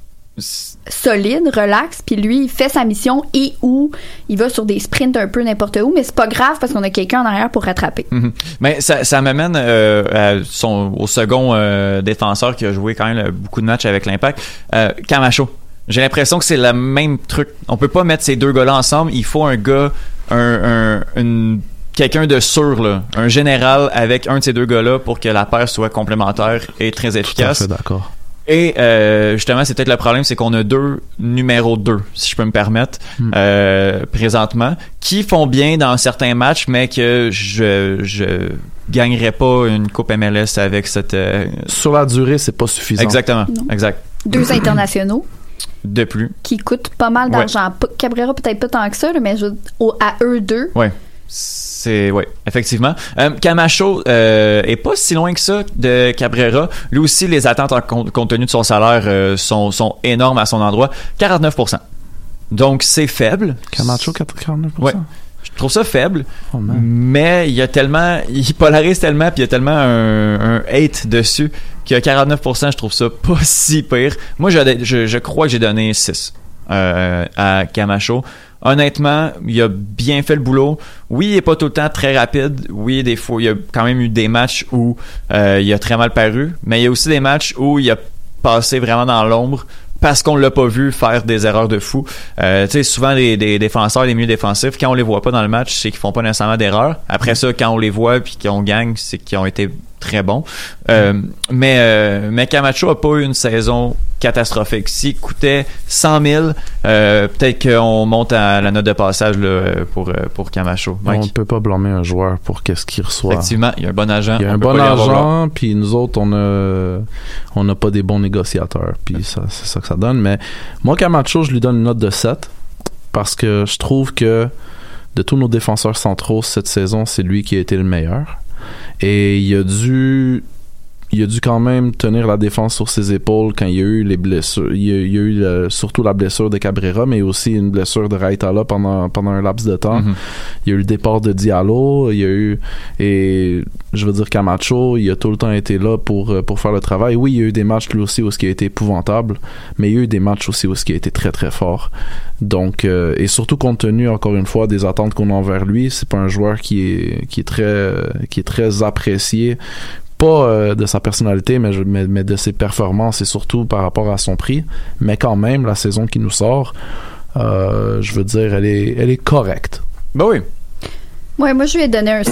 solide, relax, puis lui, il fait sa mission et où il va sur des sprints un peu n'importe où, mais c'est pas grave parce qu'on a quelqu'un en arrière pour rattraper. Mm-hmm. Mais ça m'amène au second défenseur qui a joué quand même beaucoup de matchs avec l'Impact, Camacho. J'ai l'impression que c'est le même truc. On peut pas mettre ces deux gars-là ensemble. Il faut un gars, quelqu'un de sûr, là, un général avec un de ces deux gars-là pour que la paire soit complémentaire et très efficace. Tout à fait d'accord. Et justement, c'est peut-être le problème, c'est qu'on a deux numéro 2, si je peux me permettre, présentement, qui font bien dans certains matchs, mais que je gagnerais pas une coupe MLS avec cette... Sur la durée, c'est pas suffisant. Exactement, Non. exact. 2 internationaux. De plus. Qui coûtent pas mal d'argent. Cabrera, peut-être pas tant que ça, là, mais à eux deux. Ouais. Effectivement. Camacho est pas si loin que ça de Cabrera. Lui aussi, les attentes compte tenu de son salaire sont énormes à son endroit. 49%. Donc, c'est faible. Camacho, 49%. Ouais. Je trouve ça faible, oh, mais il polarise tellement, puis il y a tellement un hate dessus que 49%, je trouve ça pas si pire. Moi, je crois que j'ai donné 6 à Camacho. Honnêtement, il a bien fait le boulot. Oui, il est pas tout le temps très rapide. Oui, des fois, il y a quand même eu des matchs où il a très mal paru, mais il y a aussi des matchs où il a passé vraiment dans l'ombre parce qu'on l'a pas vu faire des erreurs de fou. Tu sais, souvent des défenseurs, des milieux défensifs, quand on les voit pas dans le match, c'est qu'ils font pas nécessairement d'erreurs. Après ça, quand on les voit puis qu'on gagne, c'est qu'ils ont été très bons. Mais Camacho a pas eu une saison catastrophique. S'il coûtait 100 000, peut-être qu'on monte à la note de passage là, pour Camacho. On ne peut pas blâmer un joueur pour qu'est-ce qu'il reçoit. Effectivement, il y a un bon agent. Il y a un bon agent, puis nous autres, on n'a pas des bons négociateurs. Puis c'est ça que ça donne. Mais moi, Camacho, je lui donne une note de 7 parce que je trouve que de tous nos défenseurs centraux cette saison, c'est lui qui a été le meilleur. Et il a dû quand même tenir la défense sur ses épaules quand il y a eu les blessures. Il y a eu surtout la blessure de Cabrera, mais aussi une blessure de Raitala pendant un laps de temps. Mm-hmm. Il y a eu le départ de Diallo. Et je veux dire, Camacho, il a tout le temps été là pour faire le travail. Oui, il y a eu des matchs lui aussi où ce qui a été épouvantable, mais il y a eu des matchs aussi où ce qui a été très très fort. Donc, et surtout compte tenu encore une fois des attentes qu'on a envers lui, c'est pas un joueur qui est très apprécié. Pas de sa personnalité, mais de ses performances et surtout par rapport à son prix. Mais quand même, la saison qui nous sort, je veux dire, elle est correcte. Ben oui. Ouais, moi, je lui ai donné un 6.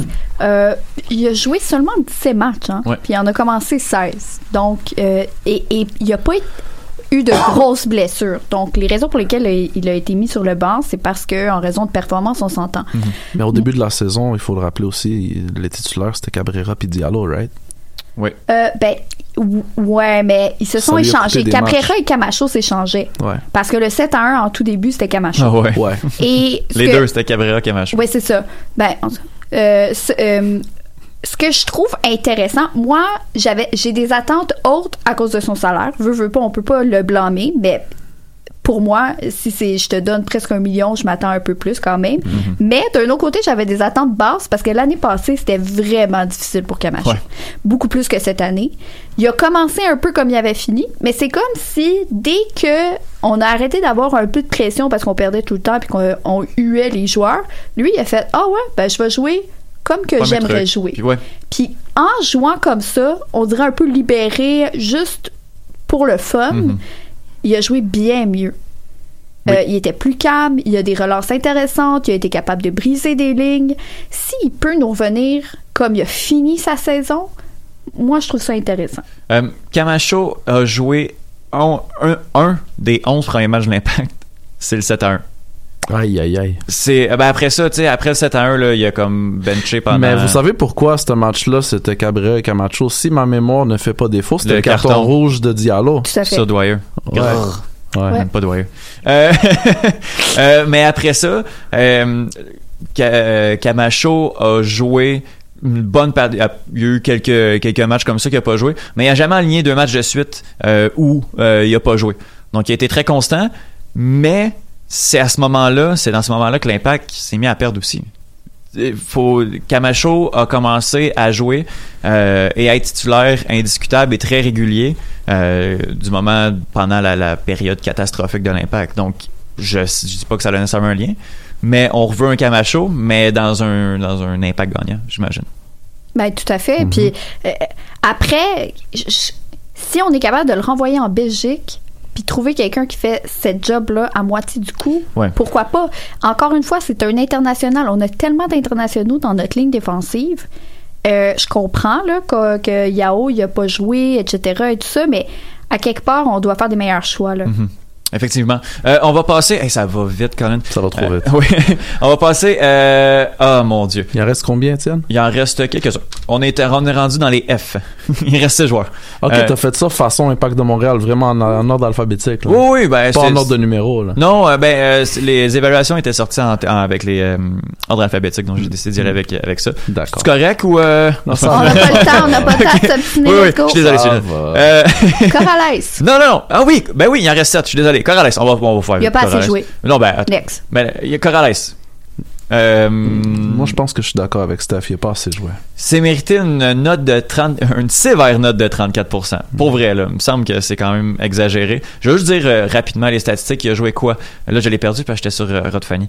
Il a joué seulement 17 matchs, hein? Ouais. Puis il en a commencé 16. Donc, et il n'y a pas eu de grosses blessures. Donc, les raisons pour lesquelles il a été mis sur le banc, c'est parce qu'en raison de performance, on s'entend. Mm-hmm. Mais au début de la saison, il faut le rappeler aussi, les titulaires, c'était Cabrera puis Diallo, right? Oui. Ouais, mais ils se sont échangés. Cabrera et Camacho s'échangeaient. Ouais. Parce que le 7-1 en tout début, c'était Camacho. Ah ouais. Et les deux, c'était Cabrera, Camacho. Oui, c'est ça. Ce que je trouve intéressant, moi, j'ai des attentes hautes à cause de son salaire. Veux pas, on peut pas le blâmer, mais pour moi, si je te donne presque 1 million, je m'attends un peu plus quand même. Mm-hmm. Mais d'un autre côté, j'avais des attentes basses parce que l'année passée, c'était vraiment difficile pour Camacho. Ouais. Beaucoup plus que cette année. Il a commencé un peu comme il avait fini, mais c'est comme si dès que on a arrêté d'avoir un peu de pression parce qu'on perdait tout le temps puis qu'on huait les joueurs, lui, il a fait « Ah ouais, je vais jouer comme que j'aimerais jouer. » Puis en jouant comme ça, on dirait un peu libéré juste pour le fun. Mm-hmm. Il a joué bien mieux. Oui. Il était plus calme, il a des relances intéressantes, il a été capable de briser des lignes. S'il peut nous revenir comme il a fini sa saison, moi, je trouve ça intéressant. Camacho a joué un des 11 premiers matchs de l'Impact. C'est le 7-1. Aïe. C'est, après ça, tu sais, après le 7-1, là, il a comme benché pendant... Mais vous savez pourquoi ce match-là, c'était Cabrera et Camacho? Si ma mémoire ne fait pas défaut, c'était le carton rouge de Diallo. Tout à fait. Sur Dwyer. Ouais. Même pas Dwyer. Mais après ça, Camacho a joué une bonne partie. Il y a eu quelques matchs comme ça qu'il a pas joué, mais il a jamais aligné 2 matchs de suite où il a pas joué. Donc il a été très constant, mais c'est dans ce moment-là que l'Impact s'est mis à perdre aussi. Camacho a commencé à jouer et à être titulaire indiscutable et très régulier du moment pendant la période catastrophique de l'Impact. Donc je dis pas que ça a nécessairement un lien, mais on reveut un Camacho, mais dans un Impact gagnant, j'imagine. Ben tout à fait. Puis après, si on est capable de le renvoyer en Belgique, puis trouver quelqu'un qui fait cette job-là à moitié du coup, pourquoi pas? Encore une fois, c'est un international. On a tellement d'internationaux dans notre ligne défensive. Je comprends là, que Yao il a pas joué, etc. et tout ça, mais à quelque part, on doit faire des meilleurs choix. Là. Effectivement. On va passer... ça va vite, Colin. Ça va trop vite. Oui. On va passer... oh, mon Dieu. Il en reste combien, Étienne? Il en reste quelques-uns. On est rendu dans les F. Il reste 6 joueurs. OK, t'as fait ça façon Impact de Montréal, vraiment en ordre alphabétique. Là. Oui, ben... Pas en ordre de numéro, là. Non, les évaluations étaient sorties avec les ordres alphabétiques, donc j'ai décidé d'y aller avec ça. D'accord. C'est correct ou... Non, on n'a pas le temps, on n'a pas le temps de s'obstiner. Oui, je suis désolé. Corrales. Non. Ah oui, il en reste 7, je suis désolé. Corrales, on va faire. Il a pas assez joué. Non, Next. Il y a Corrales. Moi, je pense que je suis d'accord avec Steph. Il a pas assez joué. C'est mérité une sévère note de 34%. Pour vrai, là. Il me semble que c'est quand même exagéré. Je vais juste dire rapidement les statistiques. Il a joué quoi? Là, je l'ai perdu parce que j'étais sur Rod Fanny.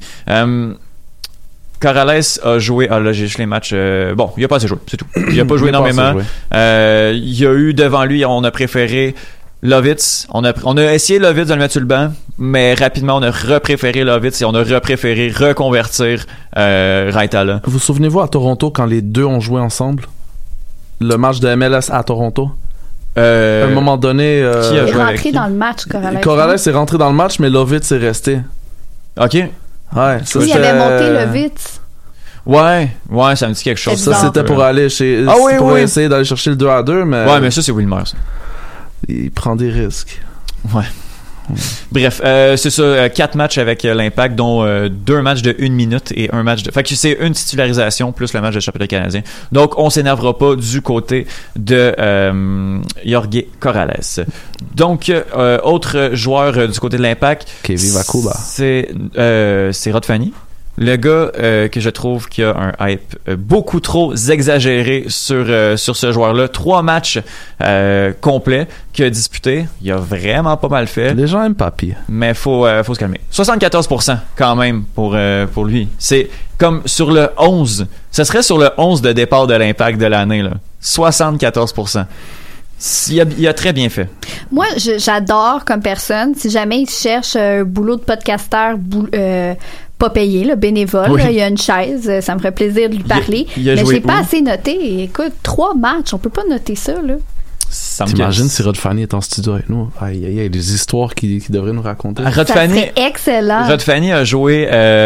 Corrales a joué... là, j'ai juste les matchs... il a pas assez joué, c'est tout. Il a pas joué énormément. Il y a eu devant lui, on a préféré... Lovitz, on a essayé Lovitz de le mettre sur le banc, mais rapidement on a repréféré Lovitz et on a repréféré reconvertir Raitala. Vous souvenez-vous à Toronto quand les deux ont joué ensemble? Le match de MLS à Toronto? À un moment donné... qui a joué avec qui? Dans le match, Corrales. Corrales est rentré dans le match, mais Lovitz est resté. OK. Ouais. Il avait monté Lovitz. Ouais, ça me dit quelque chose. Ça, c'était pour aller chez... pour essayer d'aller chercher le 2-2, mais... Ouais, mais ça, c'est Wilmer, ça. Il prend des risques. Ouais. Bref, c'est ça, 4 matchs avec l'Impact, dont 2 matchs de 1 minute et un match de... Fait que c'est une titularisation plus le match de championnat canadien. Donc, on s'énervera pas du côté de Jorge Corrales. Donc, autre joueur du côté de l'Impact... Kevin Vakula. C'est Rod Fanny. Le gars que je trouve qui a un hype beaucoup trop exagéré sur ce joueur-là. 3 matchs complets qu'il a disputés. Il a vraiment pas mal fait. Les gens aiment Papy. Mais faut se calmer. 74% quand même pour lui. C'est comme sur le 11. Ce serait sur le 11 de départ de l'Impact de l'année, là. 74%. Il a très bien fait. Moi, j'adore comme personne. Si jamais il cherche un boulot de podcasteur pas payé, là, bénévole, là, il y a une chaise, ça me ferait plaisir de lui parler. Mais j'ai pas assez noté. Écoute, 3 matchs, on peut pas noter ça, là. T'imagines si Rod Fanny est en studio avec nous? Aïe, des histoires qu'il devrait nous raconter. Ça serait excellent. Rod Fanny a joué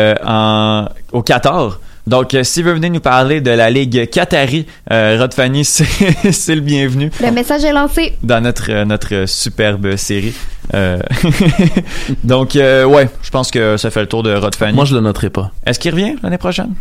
au Qatar. Donc, s'il veut venir nous parler de la Ligue Qatari, Rod Fanny, c'est le bienvenu. Le message est lancé. Dans notre superbe série. Donc, je pense que ça fait le tour de Rod Fanny. Moi, je le noterai pas. Est-ce qu'il revient l'année prochaine?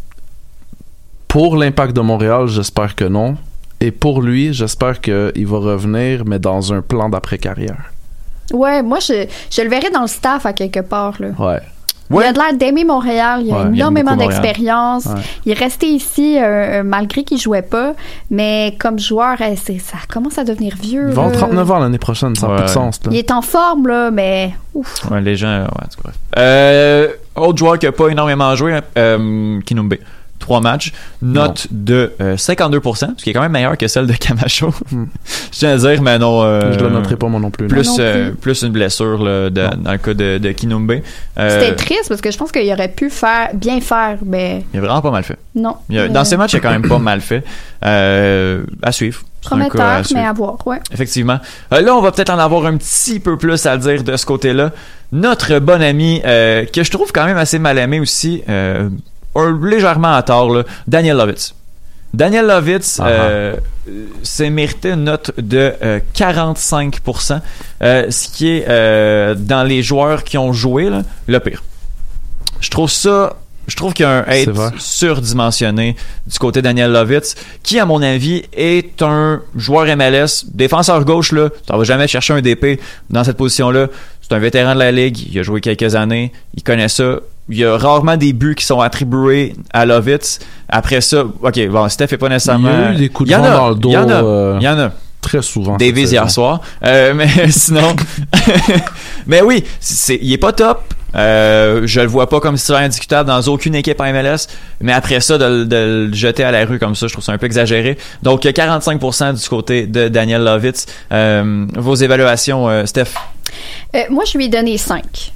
Pour l'Impact de Montréal, j'espère que non. Et pour lui, j'espère qu'il va revenir, mais dans un plan d'après-carrière. Ouais, moi, je le verrais dans le staff à quelque part, là. Ouais. Il a de l'air d'aimer Montréal, il a énormément d'expérience. Il est resté ici malgré qu'il jouait pas, mais comme joueur, ça commence à devenir vieux. Il va avoir 39 ans l'année prochaine, ça n'a plus de sens. Là. Il est en forme, là, mais ouf. Ouais, les gens, bref. Autre joueur qui n'a pas énormément joué, Kinumbe. 3 matchs. Note de 52%, ce qui est quand même meilleur que celle de Camacho. Je tiens à dire, mais non. Je le noterai pas moi non plus. Plus une blessure là, dans le cas de Kinumbe. C'était triste parce que je pense qu'il aurait pu bien faire, mais. Il a vraiment pas mal fait. Non. Dans ces matchs, il a quand même pas mal fait. À suivre. Prometteur, mais à voir, ouais. Effectivement. Là, on va peut-être en avoir un petit peu plus à dire de ce côté-là. Notre bon ami, que je trouve quand même assez mal aimé aussi, légèrement à tort, là, Daniel Lovitz. Daniel Lovitz s'est mérité une note de 45%, ce qui est, dans les joueurs qui ont joué, là, le pire. Je trouve qu'il y a un hate surdimensionné du côté de Daniel Lovitz, qui, à mon avis, est un joueur MLS, défenseur gauche, là. Tu vas jamais chercher un DP dans cette position-là. C'est un vétéran de la Ligue. Il a joué quelques années. Il connaît ça. Il y a rarement des buts qui sont attribués à Lovitz. Après ça, OK, bon, Steph est pas nécessairement... Il y a eu des coups de vent dans le dos. Il y en a. Très souvent. Davies hier soir. Mais sinon... mais oui, il est pas top. Je le vois pas comme titulaire indiscutable dans aucune équipe en MLS, mais après ça de le jeter à la rue comme ça, je trouve ça un peu exagéré. Donc 45% du côté de Daniel Lovitz. Vos évaluations, Steph? Moi, je lui ai donné 5.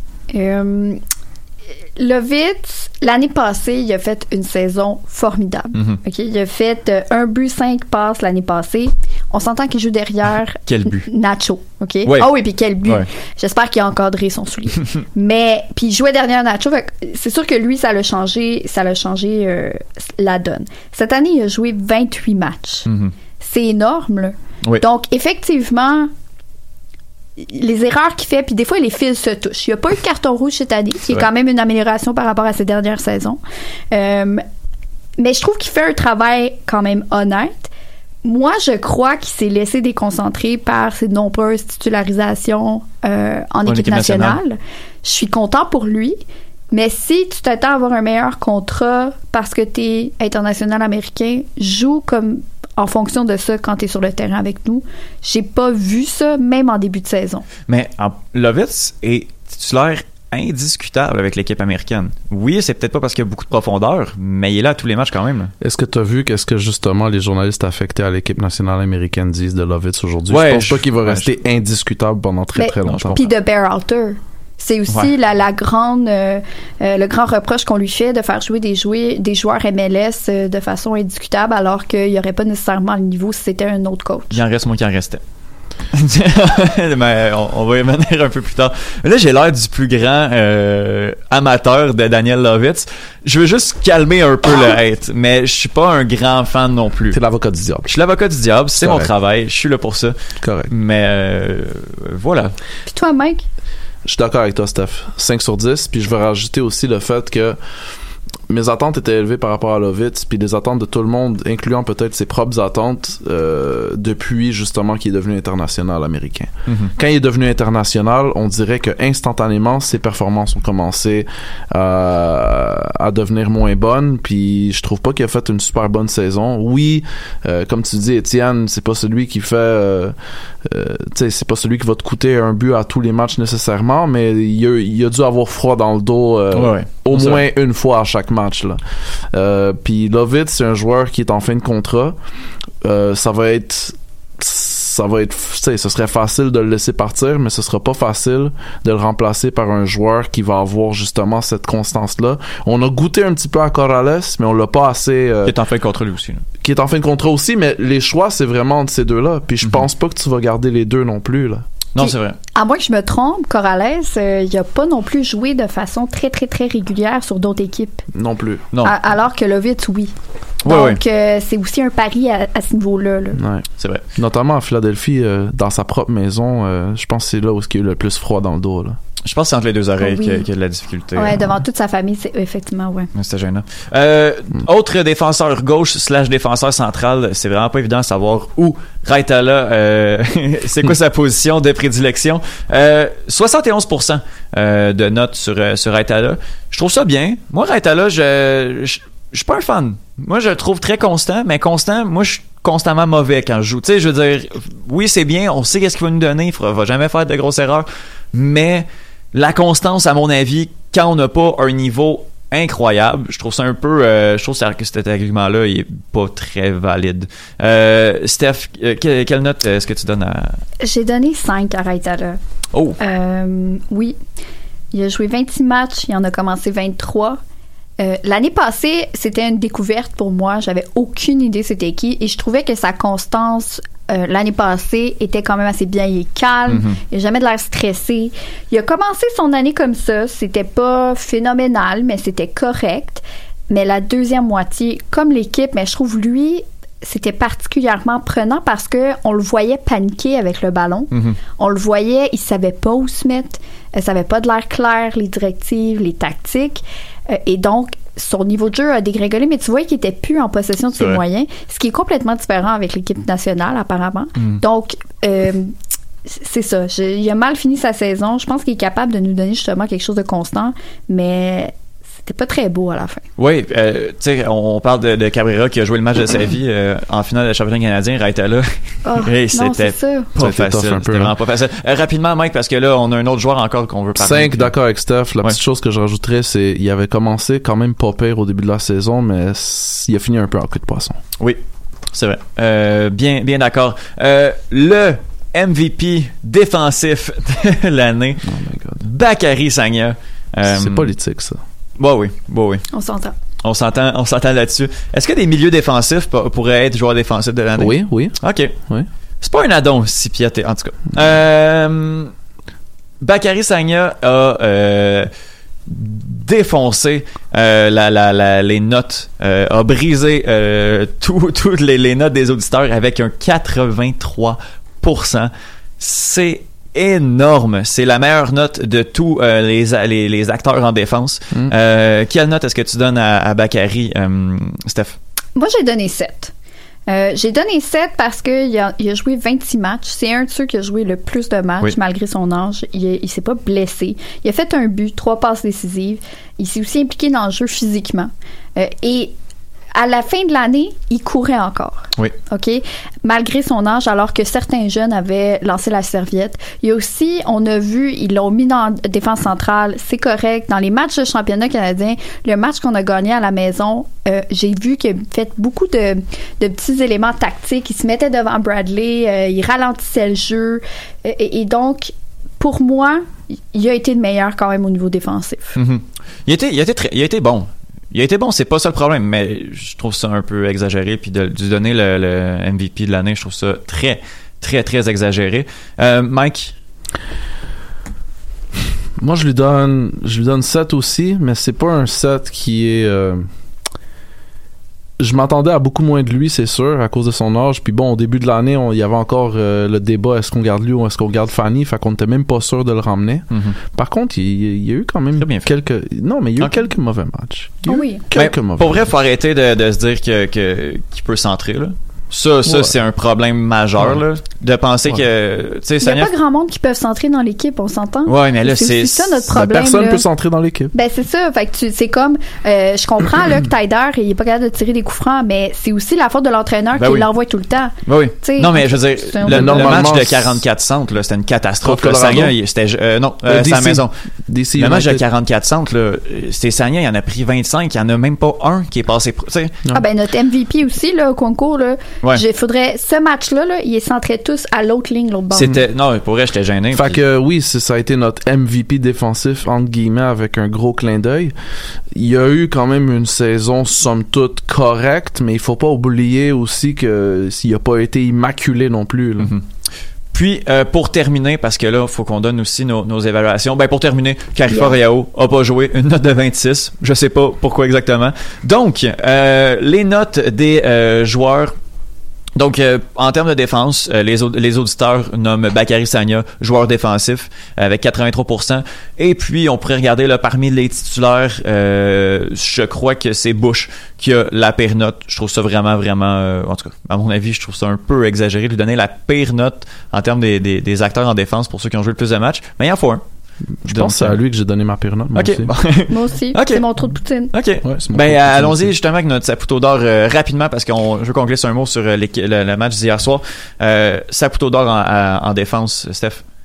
Lovitz, l'année passée, il a fait une saison formidable. Okay? Il a fait 1 but, 5 passes l'année passée. On s'entend qu'il joue derrière quel but? Nacho. OK? Ouais. Ah oui, puis quel but. Ouais. J'espère qu'il a encadré son soulier. Mais, puis il jouait derrière Nacho. C'est sûr que lui, ça l'a changé la donne. Cette année, il a joué 28 matchs. C'est énorme, là. Oui. Donc, effectivement, les erreurs qu'il fait, puis des fois les fils se touchent. Il n'y a pas eu de carton rouge cette année, qui est quand même une amélioration par rapport à ses dernières saisons. Mais je trouve qu'il fait un travail quand même honnête. Moi, je crois qu'il s'est laissé déconcentrer par ses nombreuses titularisations en équipe nationale. Je suis content pour lui. Mais si tu t'attends à avoir un meilleur contrat parce que tu es international américain, joue comme en fonction de ça quand tu es sur le terrain avec nous. J'ai pas vu ça, même en début de saison. Mais Lovitz est titulaire indiscutable avec l'équipe américaine. Oui, c'est peut-être pas parce qu'il y a beaucoup de profondeur, mais il est là à tous les matchs quand même. Est-ce que tu as vu qu'est-ce que justement les journalistes affectés à l'équipe nationale américaine disent de Lovitz aujourd'hui? Ouais, je pense pas qu'il va rester indiscutable pendant très longtemps. Puis de Berhalter. C'est aussi la grande le grand reproche qu'on lui fait de faire jouer des joueurs MLS de façon indiscutable alors qu'il n'y aurait pas nécessairement le niveau si c'était un autre coach. Il en reste moins qu'il en restait. Mais on va y venir un peu plus tard. Là, j'ai l'air du plus grand amateur de Daniel Lovitz. Je veux juste calmer un peu le hate, mais je suis pas un grand fan non plus. T'es l'avocat du diable. Je suis l'avocat du diable, c'est mon travail, je suis là pour ça. Correct. Mais voilà. Puis toi, Mike? Je suis d'accord avec toi, Steph. 5 sur 10. Puis je veux rajouter aussi le fait que mes attentes étaient élevées par rapport à Lovitz, puis les attentes de tout le monde, incluant peut-être ses propres attentes, depuis justement qu'il est devenu international américain. Quand il est devenu international, on dirait que instantanément ses performances ont commencé à devenir moins bonnes, puis je trouve pas qu'il a fait une super bonne saison. Oui, comme tu dis, Étienne, c'est pas celui qui fait c'est pas celui qui va te coûter un but à tous les matchs nécessairement, mais il a dû avoir froid dans le dos au moins une fois à chaque match là. Puis Lovitz, c'est un joueur qui est en fin de contrat. Ça va être ce serait facile de le laisser partir, mais ce sera pas facile de le remplacer par un joueur qui va avoir justement cette constance-là. On a goûté un petit peu à Corrales, mais on l'a pas assez... qui est en fin de contrat lui aussi. Là. Qui est en fin de contrat aussi, mais les choix, c'est vraiment de ces deux-là. Puis je pense pas que tu vas garder les deux non plus, là. Non, Puis, c'est vrai. À moins que je me trompe, Corrales, il n'a pas non plus joué de façon très, très, très régulière sur d'autres équipes. Non plus. Non. Alors que Lovitz, oui. Donc, c'est aussi un pari à ce niveau-là. Là. Ouais. C'est vrai. Notamment à Philadelphie, dans sa propre maison, je pense que c'est là où il y a eu le plus froid dans le dos, là. Je pense que c'est entre les deux oreilles qu'il y a de la difficulté. Ouais, devant toute sa famille, c'est effectivement, ouais. C'était gênant. Autre défenseur gauche / défenseur central, c'est vraiment pas évident de savoir où Raitala, c'est quoi sa position de prédilection. 71% de notes sur Raitala. Je trouve ça bien. Moi, Raitala, je suis pas un fan. Moi, je le trouve très constant, mais constant, moi, je suis constamment mauvais quand je joue. Tu sais, je veux dire, oui, c'est bien, on sait qu'est-ce qu'il va nous donner, il va jamais faire de grosses erreurs, mais la constance, à mon avis, quand on n'a pas un niveau incroyable. Je trouve ça un peu... je trouve que cet argument-là, il est pas très valide. Steph, quelle note est-ce que tu donnes à... J'ai donné 5 à Raitala. Oh! Oui. Il a joué 26 matchs, il en a commencé 23. L'année passée, c'était une découverte pour moi. J'avais aucune idée c'était qui et je trouvais que sa constance l'année passée était quand même assez bien. Il est calme, il n'a jamais de l'air stressé. Il a commencé son année comme ça. C'était pas phénoménal, mais c'était correct. Mais la deuxième moitié, comme l'équipe, mais je trouve lui, c'était particulièrement prenant parce que on le voyait paniquer avec le ballon. On le voyait, il savait pas où se mettre. Il savait pas de l'air clair, les directives, les tactiques. Et donc, son niveau de jeu a dégringolé, mais tu vois qu'il était plus en possession de ses moyens, ce qui est complètement différent avec l'équipe nationale, apparemment. Donc, c'est ça. Il a mal fini sa saison. Je pense qu'il est capable de nous donner justement quelque chose de constant, mais c'était pas très beau à la fin. Oui, tu sais, on parle de Cabrera qui a joué le match de sa vie en finale de championnat canadien, Raitala. Hey, c'était pas facile. C'était vraiment pas facile. Rapidement, Mike, parce que là, on a un autre joueur encore qu'on veut parler. 5, d'accord avec Steph. La petite chose que je rajouterais, c'est il avait commencé quand même pas pire au début de la saison, mais il a fini un peu en queue de poisson. Oui, c'est vrai. Bien d'accord. Le MVP défensif de l'année, Oh my God. Bakary Sagna. C'est politique, ça. Oui. On s'entend. On s'entend là-dessus. Est-ce que des milieux défensifs pourraient être joueurs défensifs de l'année? Oui. OK. Oui. C'est pas un addon, si piaté, en tout cas. Bakary Sagna a défoncé les notes, a brisé toutes les notes des auditeurs avec un 83%. C'est énorme. C'est la meilleure note de tous les acteurs en défense. Quelle note est-ce que tu donnes à Bakary, Steph? Moi, j'ai donné 7. J'ai donné 7 parce qu'il a joué 26 matchs. C'est un de ceux qui a joué le plus de matchs malgré son âge. Il s'est pas blessé. Il a fait un but, 3 passes décisives. Il s'est aussi impliqué dans le jeu physiquement. Et à la fin de l'année, il courait encore. Oui. OK? Malgré son âge, alors que certains jeunes avaient lancé la serviette. Il y a aussi, on a vu, ils l'ont mis dans la défense centrale. C'est correct. Dans les matchs de championnat canadien, le match qu'on a gagné à la maison, j'ai vu qu'il a fait beaucoup de petits éléments tactiques. Il se mettait devant Bradley, il ralentissait le jeu. Et donc, pour moi, il a été le meilleur quand même au niveau défensif. Il a été bon. Il a été bon, c'est pas ça le problème, mais je trouve ça un peu exagéré, puis de lui donner le MVP de l'année, je trouve ça très, très, très exagéré. Mike? Moi, je lui donne 7 aussi, mais c'est pas un 7 qui est... Je m'attendais à beaucoup moins de lui, c'est sûr, à cause de son âge. Puis bon, au début de l'année, il y avait encore le débat, est-ce qu'on garde lui ou est-ce qu'on garde Fanny? Fait qu'on n'était même pas sûr de le ramener. Par contre, il y a eu quand même quelques... Non, mais il y a eu quelques mauvais matchs. Quelques mauvais. Pour vrai, il faut arrêter de se dire qu'il peut centrer, là. Ça c'est un problème majeur, là, de penser que, tu sais, il n'y a pas grand monde qui peuvent s'entrer dans l'équipe, on s'entend. Ouais, mais là, c'est ça notre problème. Personne peut s'entrer dans l'équipe. Ben, c'est ça. Fait que c'est comme, je comprends, là, que Taider, il est pas capable de tirer des coups francs, mais c'est aussi la faute de l'entraîneur qui l'envoie tout le temps. Ben oui. T'sais, non, mais je veux dire, le match de 44 centres, là, c'était une catastrophe. Sagna, c'était, c'est à la maison. Le match de 44 centres, là, c'était Sagna, il en a pris 25, il y en a même pas un qui est passé, t'sais. Ah, ben, notre MVP aussi, là, au concours, là. Faudrait, ce match-là, là, ils centraient tous à l'autre ligne, l'autre bord. Non, pour vrai, j'étais gêné. Fait que oui, ça a été notre MVP défensif, entre guillemets, avec un gros clin d'œil. Il y a eu quand même une saison, somme toute, correcte, mais il faut pas oublier aussi que s'il a pas été immaculé non plus, là. Puis, pour terminer, parce que là, il faut qu'on donne aussi nos évaluations. Ben, pour terminer, Karifa-Reao a pas joué, une note de 26. Je sais pas pourquoi exactement. Donc, les notes des joueurs. Donc, en termes de défense, les auditeurs nomment Bakary Sagna joueur défensif avec 83%. Et puis, on pourrait regarder là parmi les titulaires, je crois que c'est Bush qui a la pire note. Je trouve ça vraiment, en tout cas, à mon avis, je trouve ça un peu exagéré de lui donner la pire note en termes des acteurs en défense pour ceux qui ont joué le plus de matchs. Mais il en faut un. Je pense que c'est à lui que j'ai donné ma pire note. Moi aussi. Moi aussi. C'est mon trou de poutine. OK. Ouais, allons-y justement avec notre Saputo d'or rapidement parce qu'on je veux conclure sur un mot sur le match d'hier soir. Saputo d'or en défense, Steph.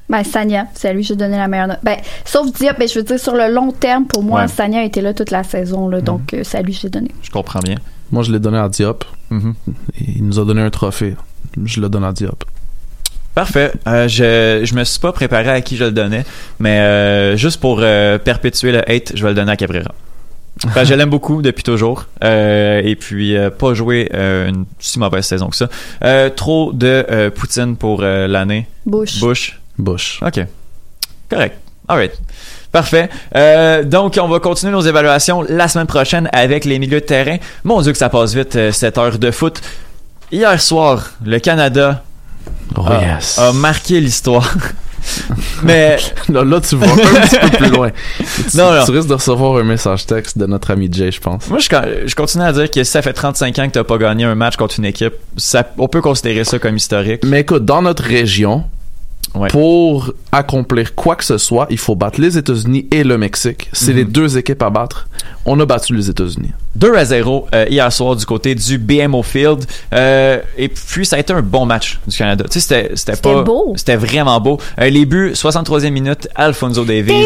Ben, Sagna, c'est à lui que j'ai donné la meilleure note. Ben, sauf Diop, ben, je veux dire, sur le long terme, pour moi, Sagna a été là toute la saison, là, donc c'est à lui que j'ai donné. Je comprends bien. Moi, je l'ai donné à Diop. Il nous a donné un trophée. Je le donne à Diop. Parfait. Je me suis pas préparé à qui je le donnais, mais juste pour perpétuer le hate, je vais le donner à Cabrera. Enfin, je l'aime beaucoup depuis toujours. Et puis, pas joué une si mauvaise saison que ça. Trop de Poutine pour l'année. Bush. OK. Correct. All right. Parfait. Donc, on va continuer nos évaluations la semaine prochaine avec les milieux de terrain. Mon Dieu que ça passe vite, cette heure de foot. Hier soir, le Canada a marqué l'histoire. Mais là, tu vas un petit peu plus loin. Tu risques de recevoir un message texte de notre ami Jay, je pense. Moi, je continue à dire que si ça fait 35 ans que t'as pas gagné un match contre une équipe, on peut considérer ça comme historique. Mais écoute, dans notre région, pour accomplir quoi que ce soit, il faut battre les États-Unis et le Mexique. C'est les deux équipes à battre. On a battu les États-Unis. 2-0 hier soir du côté du BMO Field. Et puis, ça a été un bon match du Canada. Tu sais, c'était pas beau. C'était vraiment beau. Les buts, 63e minute, Alphonso Davies.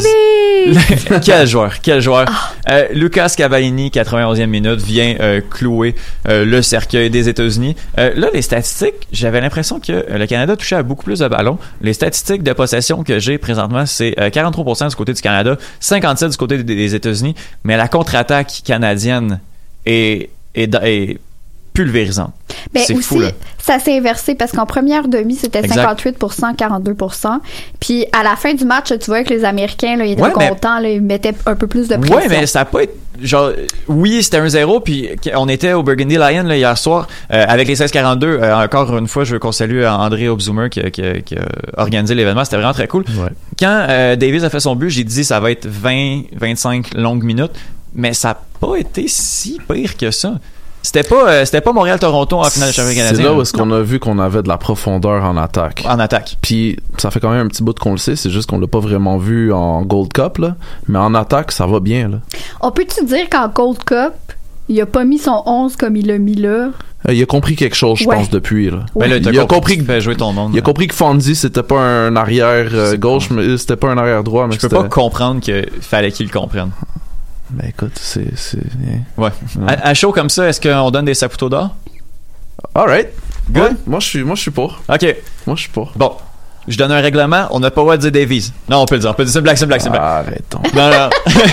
Quel joueur. Lucas Cavallini, 91e minute, vient clouer le cercueil des États-Unis. Là, les statistiques, j'avais l'impression que le Canada touchait à beaucoup plus de ballons. Les statistiques de possession que j'ai présentement, c'est 43% du côté du Canada, 57% du côté des États-Unis, mais la contre-attaque canadienne est pulvérisante. Ben c'est aussi, fou, là. Ça s'est inversé parce qu'en première demi, c'était 58%, 42%. Puis à la fin du match, tu vois que les Américains, là, ils étaient contents, là, ils mettaient un peu plus de pression. Oui, mais ça n'a pas été... Genre, oui, c'était 1-0, puis on était au Burgundy Lion là, hier soir avec les 16-42. Encore une fois, je veux qu'on salue André Obzoomer qui a organisé l'événement. C'était vraiment très cool. Ouais. Quand Davies a fait son but, j'ai dit ça va être 20-25 longues minutes, mais ça n'a pas été si pire que ça. C'était pas Montréal-Toronto en finale de championnat canadien. C'est là où est-ce qu'on a vu qu'on avait de la profondeur en attaque. Puis ça fait quand même un petit bout qu'on le sait, c'est juste qu'on l'a pas vraiment vu en Gold Cup, là. Mais en attaque, ça va bien, là. On peut-tu dire qu'en Gold Cup, il a pas mis son 11 comme il l'a mis là? Il a compris quelque chose, je pense, depuis, là. Ben là, il a compris que fait jouer ton monde. Il a compris que Fonzie, c'était pas un arrière gauche, mais c'était pas un arrière droit. Mais je peux pas comprendre qu'il fallait qu'il le comprenne. Ben écoute, c'est... Ouais. À chaud comme ça, est-ce qu'on donne des Saputo d'or? Alright. Good. Ouais, moi je suis pour. OK. Moi je suis pour. Bon. Je donne un règlement, on n'a pas le droit de dire Davies. Non, on peut le dire. C'est blague. Arrêtons. Non.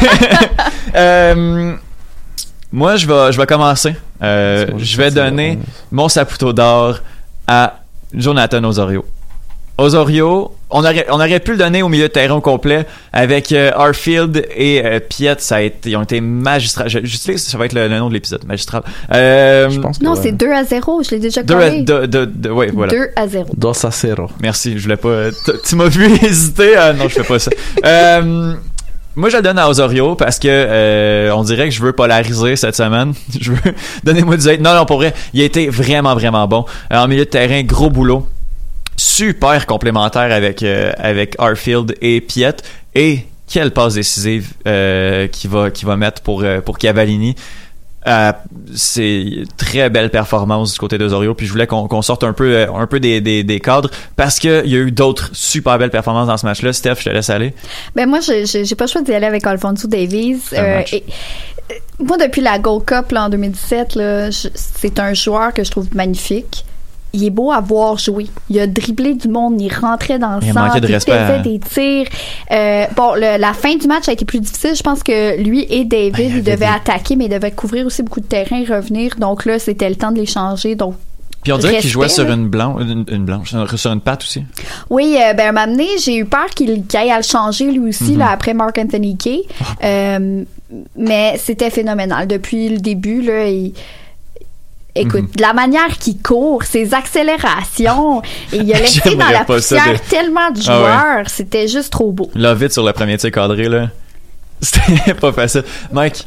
Moi, je vais commencer. Je vais donner mon Saputo d'or à Jonathan Osorio. Osorio, on aurait pu le donner au milieu de terrain au complet avec Arfield et Piet. Ils ont été magistraux. J'utilise, ça va être le nom de l'épisode, magistral. Je pense que c'est 2-0. Je l'ai déjà collé. Oui, voilà. 2-0. 2-0. Merci. Je voulais pas. Tu m'as vu hésiter. Non, je fais pas ça. Moi, je le donne à Osorio parce que on dirait que je veux polariser cette semaine. Je veux donnez-moi du hate. Non, pour vrai, il a été vraiment, vraiment bon. En milieu de terrain, gros boulot. Super complémentaire avec Arfield et Piet. Et quelle passe décisive qu'il va mettre pour Cavallini. C'est très belle performance du côté d'Osorio, puis je voulais qu'on sorte un peu des cadres parce qu'il y a eu d'autres super belles performances dans ce match-là. Steph, je te laisse aller. Ben moi, j'ai pas le choix d'y aller avec Alphonso Davies. Moi, depuis la Gold Cup là, en 2017, là, c'est un joueur que je trouve magnifique. Il est beau à voir jouer. Il a dribblé du monde, il rentrait dans le centre, il faisait des tirs. La fin du match a été plus difficile. Je pense que lui et David, ils devaient attaquer, mais ils devaient couvrir aussi beaucoup de terrain et revenir. Donc là, c'était le temps de les changer. Donc, puis on dirait qu'il jouait sur une blanche, sur une patte aussi. Oui, à un moment donné, j'ai eu peur qu'il aille à le changer lui aussi, là, après Marc-Anthony Kay. Mais c'était phénoménal. Depuis le début, là, écoute, de la manière qu'il court, ses accélérations, et il a laissé dans la poussière tellement de joueurs, c'était juste trop beau. Là, vite sur le premier tir cadré, là. C'était pas facile. Mike?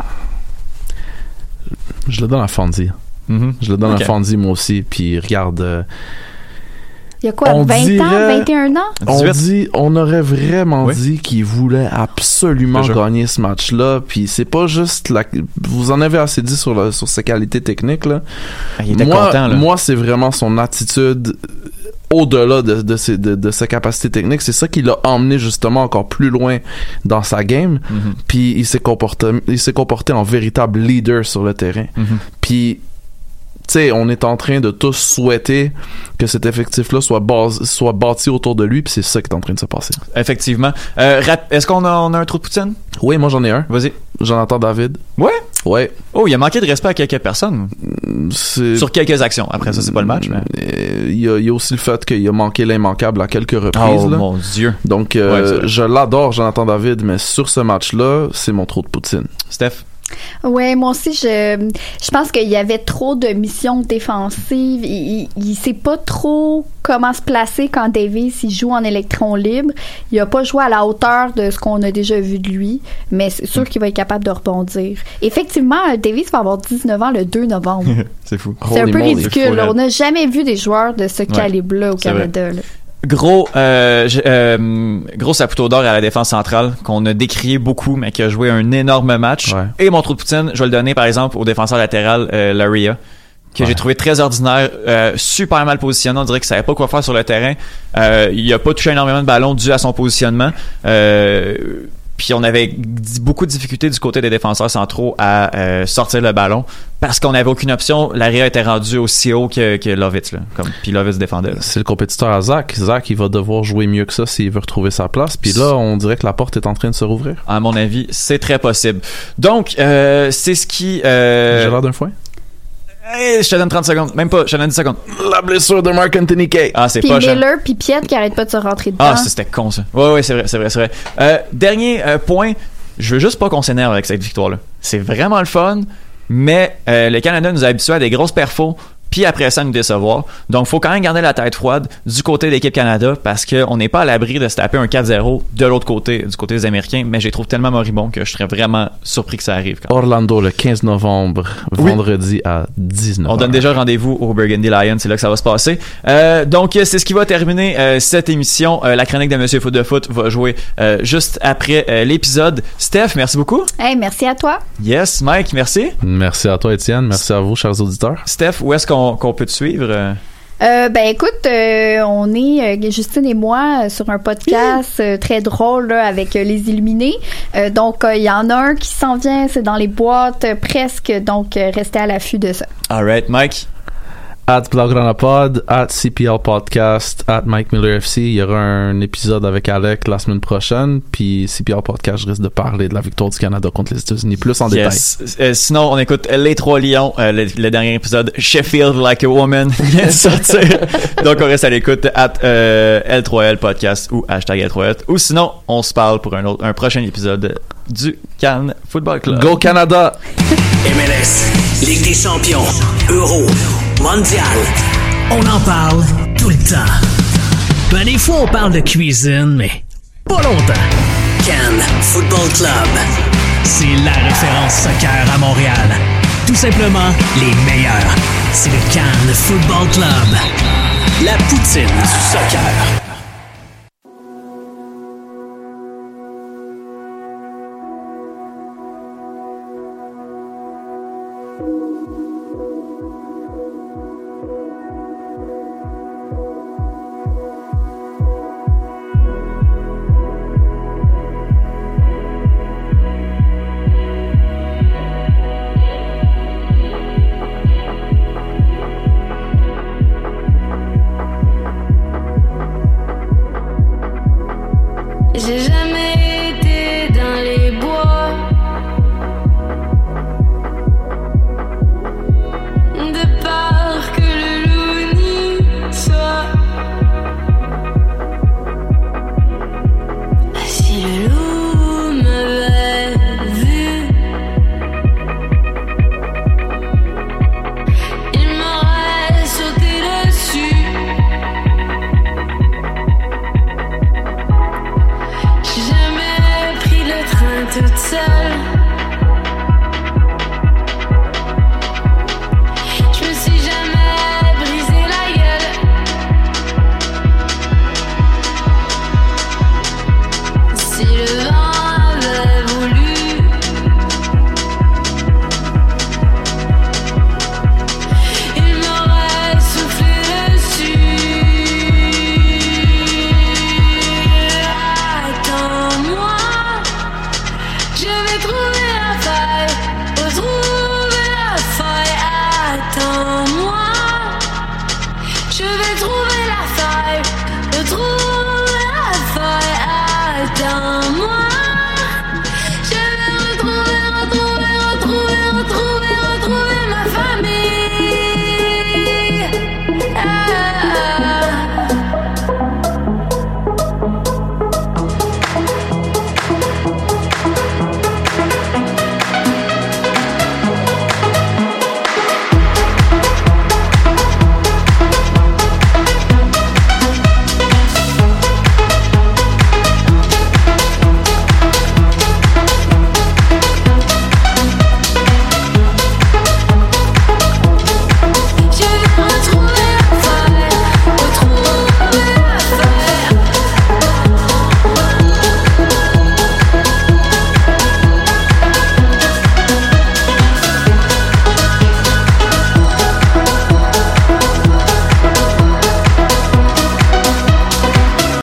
Je le donne à Fonzie. Je le donne à Fonzie, moi aussi, puis regarde... Il y a quoi, 21 ans? On aurait vraiment dit qu'il voulait absolument gagner ce match-là, puis c'est pas juste vous en avez assez dit sur ses qualités techniques, là. Il était content, là. Moi, c'est vraiment son attitude au-delà de sa capacité technique. C'est ça qui l'a emmené justement encore plus loin dans sa game. Puis il s'est comporté en véritable leader sur le terrain. Puis tu sais, on est en train de tous souhaiter que cet effectif-là soit bâti autour de lui, puis c'est ça qui est en train de se passer. Effectivement. Est-ce qu'on a un trou de poutine? Oui, moi j'en ai un. Vas-y. Jonathan David. Ouais? Ouais. Oh, il a manqué de respect à quelques personnes. Sur quelques actions. Après ça, c'est pas le match, mais... Il y a aussi le fait qu'il a manqué l'immanquable à quelques reprises. Oh, là. mon Dieu. Donc, je l'adore, Jonathan David, mais sur ce match-là, c'est mon trou de poutine. Steph? Ouais, moi aussi, je pense qu'il y avait trop de missions défensives. Il sait pas trop comment se placer quand Davis il joue en électron libre. Il a pas joué à la hauteur de ce qu'on a déjà vu de lui, mais c'est sûr qu'il va être capable de rebondir. Effectivement, Davis va avoir 19 ans le 2 novembre. C'est fou. C'est un peu ridicule. Fou, on n'a jamais vu des joueurs de ce calibre-là au Canada. Là. Gros sapoteau d'or à la défense centrale qu'on a décrié beaucoup mais qui a joué un énorme match. Et mon trou de poutine, je vais le donner par exemple au défenseur latéral Laria que j'ai trouvé très ordinaire, super mal positionné, on dirait qu'il savait pas quoi faire sur le terrain. Il a pas touché énormément de ballons dû à son positionnement. Puis on avait beaucoup de difficultés du côté des défenseurs centraux à sortir le ballon parce qu'on n'avait aucune option. L'area était rendue aussi haut que Lovitz, là. Puis Lovitz défendait. Là. C'est le compétiteur à Zach. Zach, il va devoir jouer mieux que ça s'il veut retrouver sa place. Puis là, on dirait que la porte est en train de se rouvrir. À mon avis, c'est très possible. Donc, c'est ce qui... J'ai l'air d'un foin? Hey, je te donne 30 secondes. Même pas, je te donne 10 secondes. La blessure de Mark Anthony Kay. Ah, c'est puis pas Miller puis Piet qui arrête pas de se rentrer dedans. Ah, c'était con, ça. Ouais, c'est vrai. Dernier point. Je veux juste pas qu'on s'énerve avec cette victoire-là. C'est vraiment le fun, mais le Canada nous a habitués à des grosses perfos, puis après ça, nous décevoir. Donc, faut quand même garder la tête froide du côté de l'équipe Canada parce qu'on n'est pas à l'abri de se taper un 4-0 de l'autre côté, du côté des Américains, mais je les trouve tellement moribonds que je serais vraiment surpris que ça arrive. Quand même. Orlando, le 15 novembre, vendredi à 19h. On donne déjà rendez-vous au Burgundy Lions, c'est là que ça va se passer. Donc, c'est ce qui va terminer cette émission. La chronique de Monsieur Foot de Foot va jouer juste après l'épisode. Steph, merci beaucoup. Hey, merci à toi. Yes, Mike, merci. Merci à toi, Étienne. Merci à vous, chers auditeurs. Steph, où est-ce qu'on peut te suivre? Ben écoute, on est Justine et moi sur un podcast très drôle là, avec les Illuminés. Donc il y en a un qui s'en vient, c'est dans les boîtes presque. Donc restez à l'affût de ça. Alright, Mike. @BlogRanaPod, @CPL Podcast, @Mike Miller FC. Il y aura un épisode avec Alec la semaine prochaine. Puis CPL Podcast, je risque de parler de la victoire du Canada contre les États-Unis plus en détail. Sinon, on écoute Les Trois Lions, le dernier épisode, Sheffield Like a Woman, vient de sortir. Donc, on reste à l'écoute L3L Podcast ou #L3L. Ou sinon, on se parle pour un prochain épisode du Cannes Football Club. Go Canada! MLS, Ligue des champions, Euro, Mondial. On en parle tout le temps. Ben, des fois, on parle de cuisine, mais pas longtemps. Cannes Football Club. C'est la référence soccer à Montréal. Tout simplement, les meilleurs. C'est le Cannes Football Club. La poutine du soccer. J'ai jamais été dans les bois de peur que le loup n'y soit. Si le loup m'avait vu, il m'aurait sauté dessus. J'ai jamais pris le train toute seule.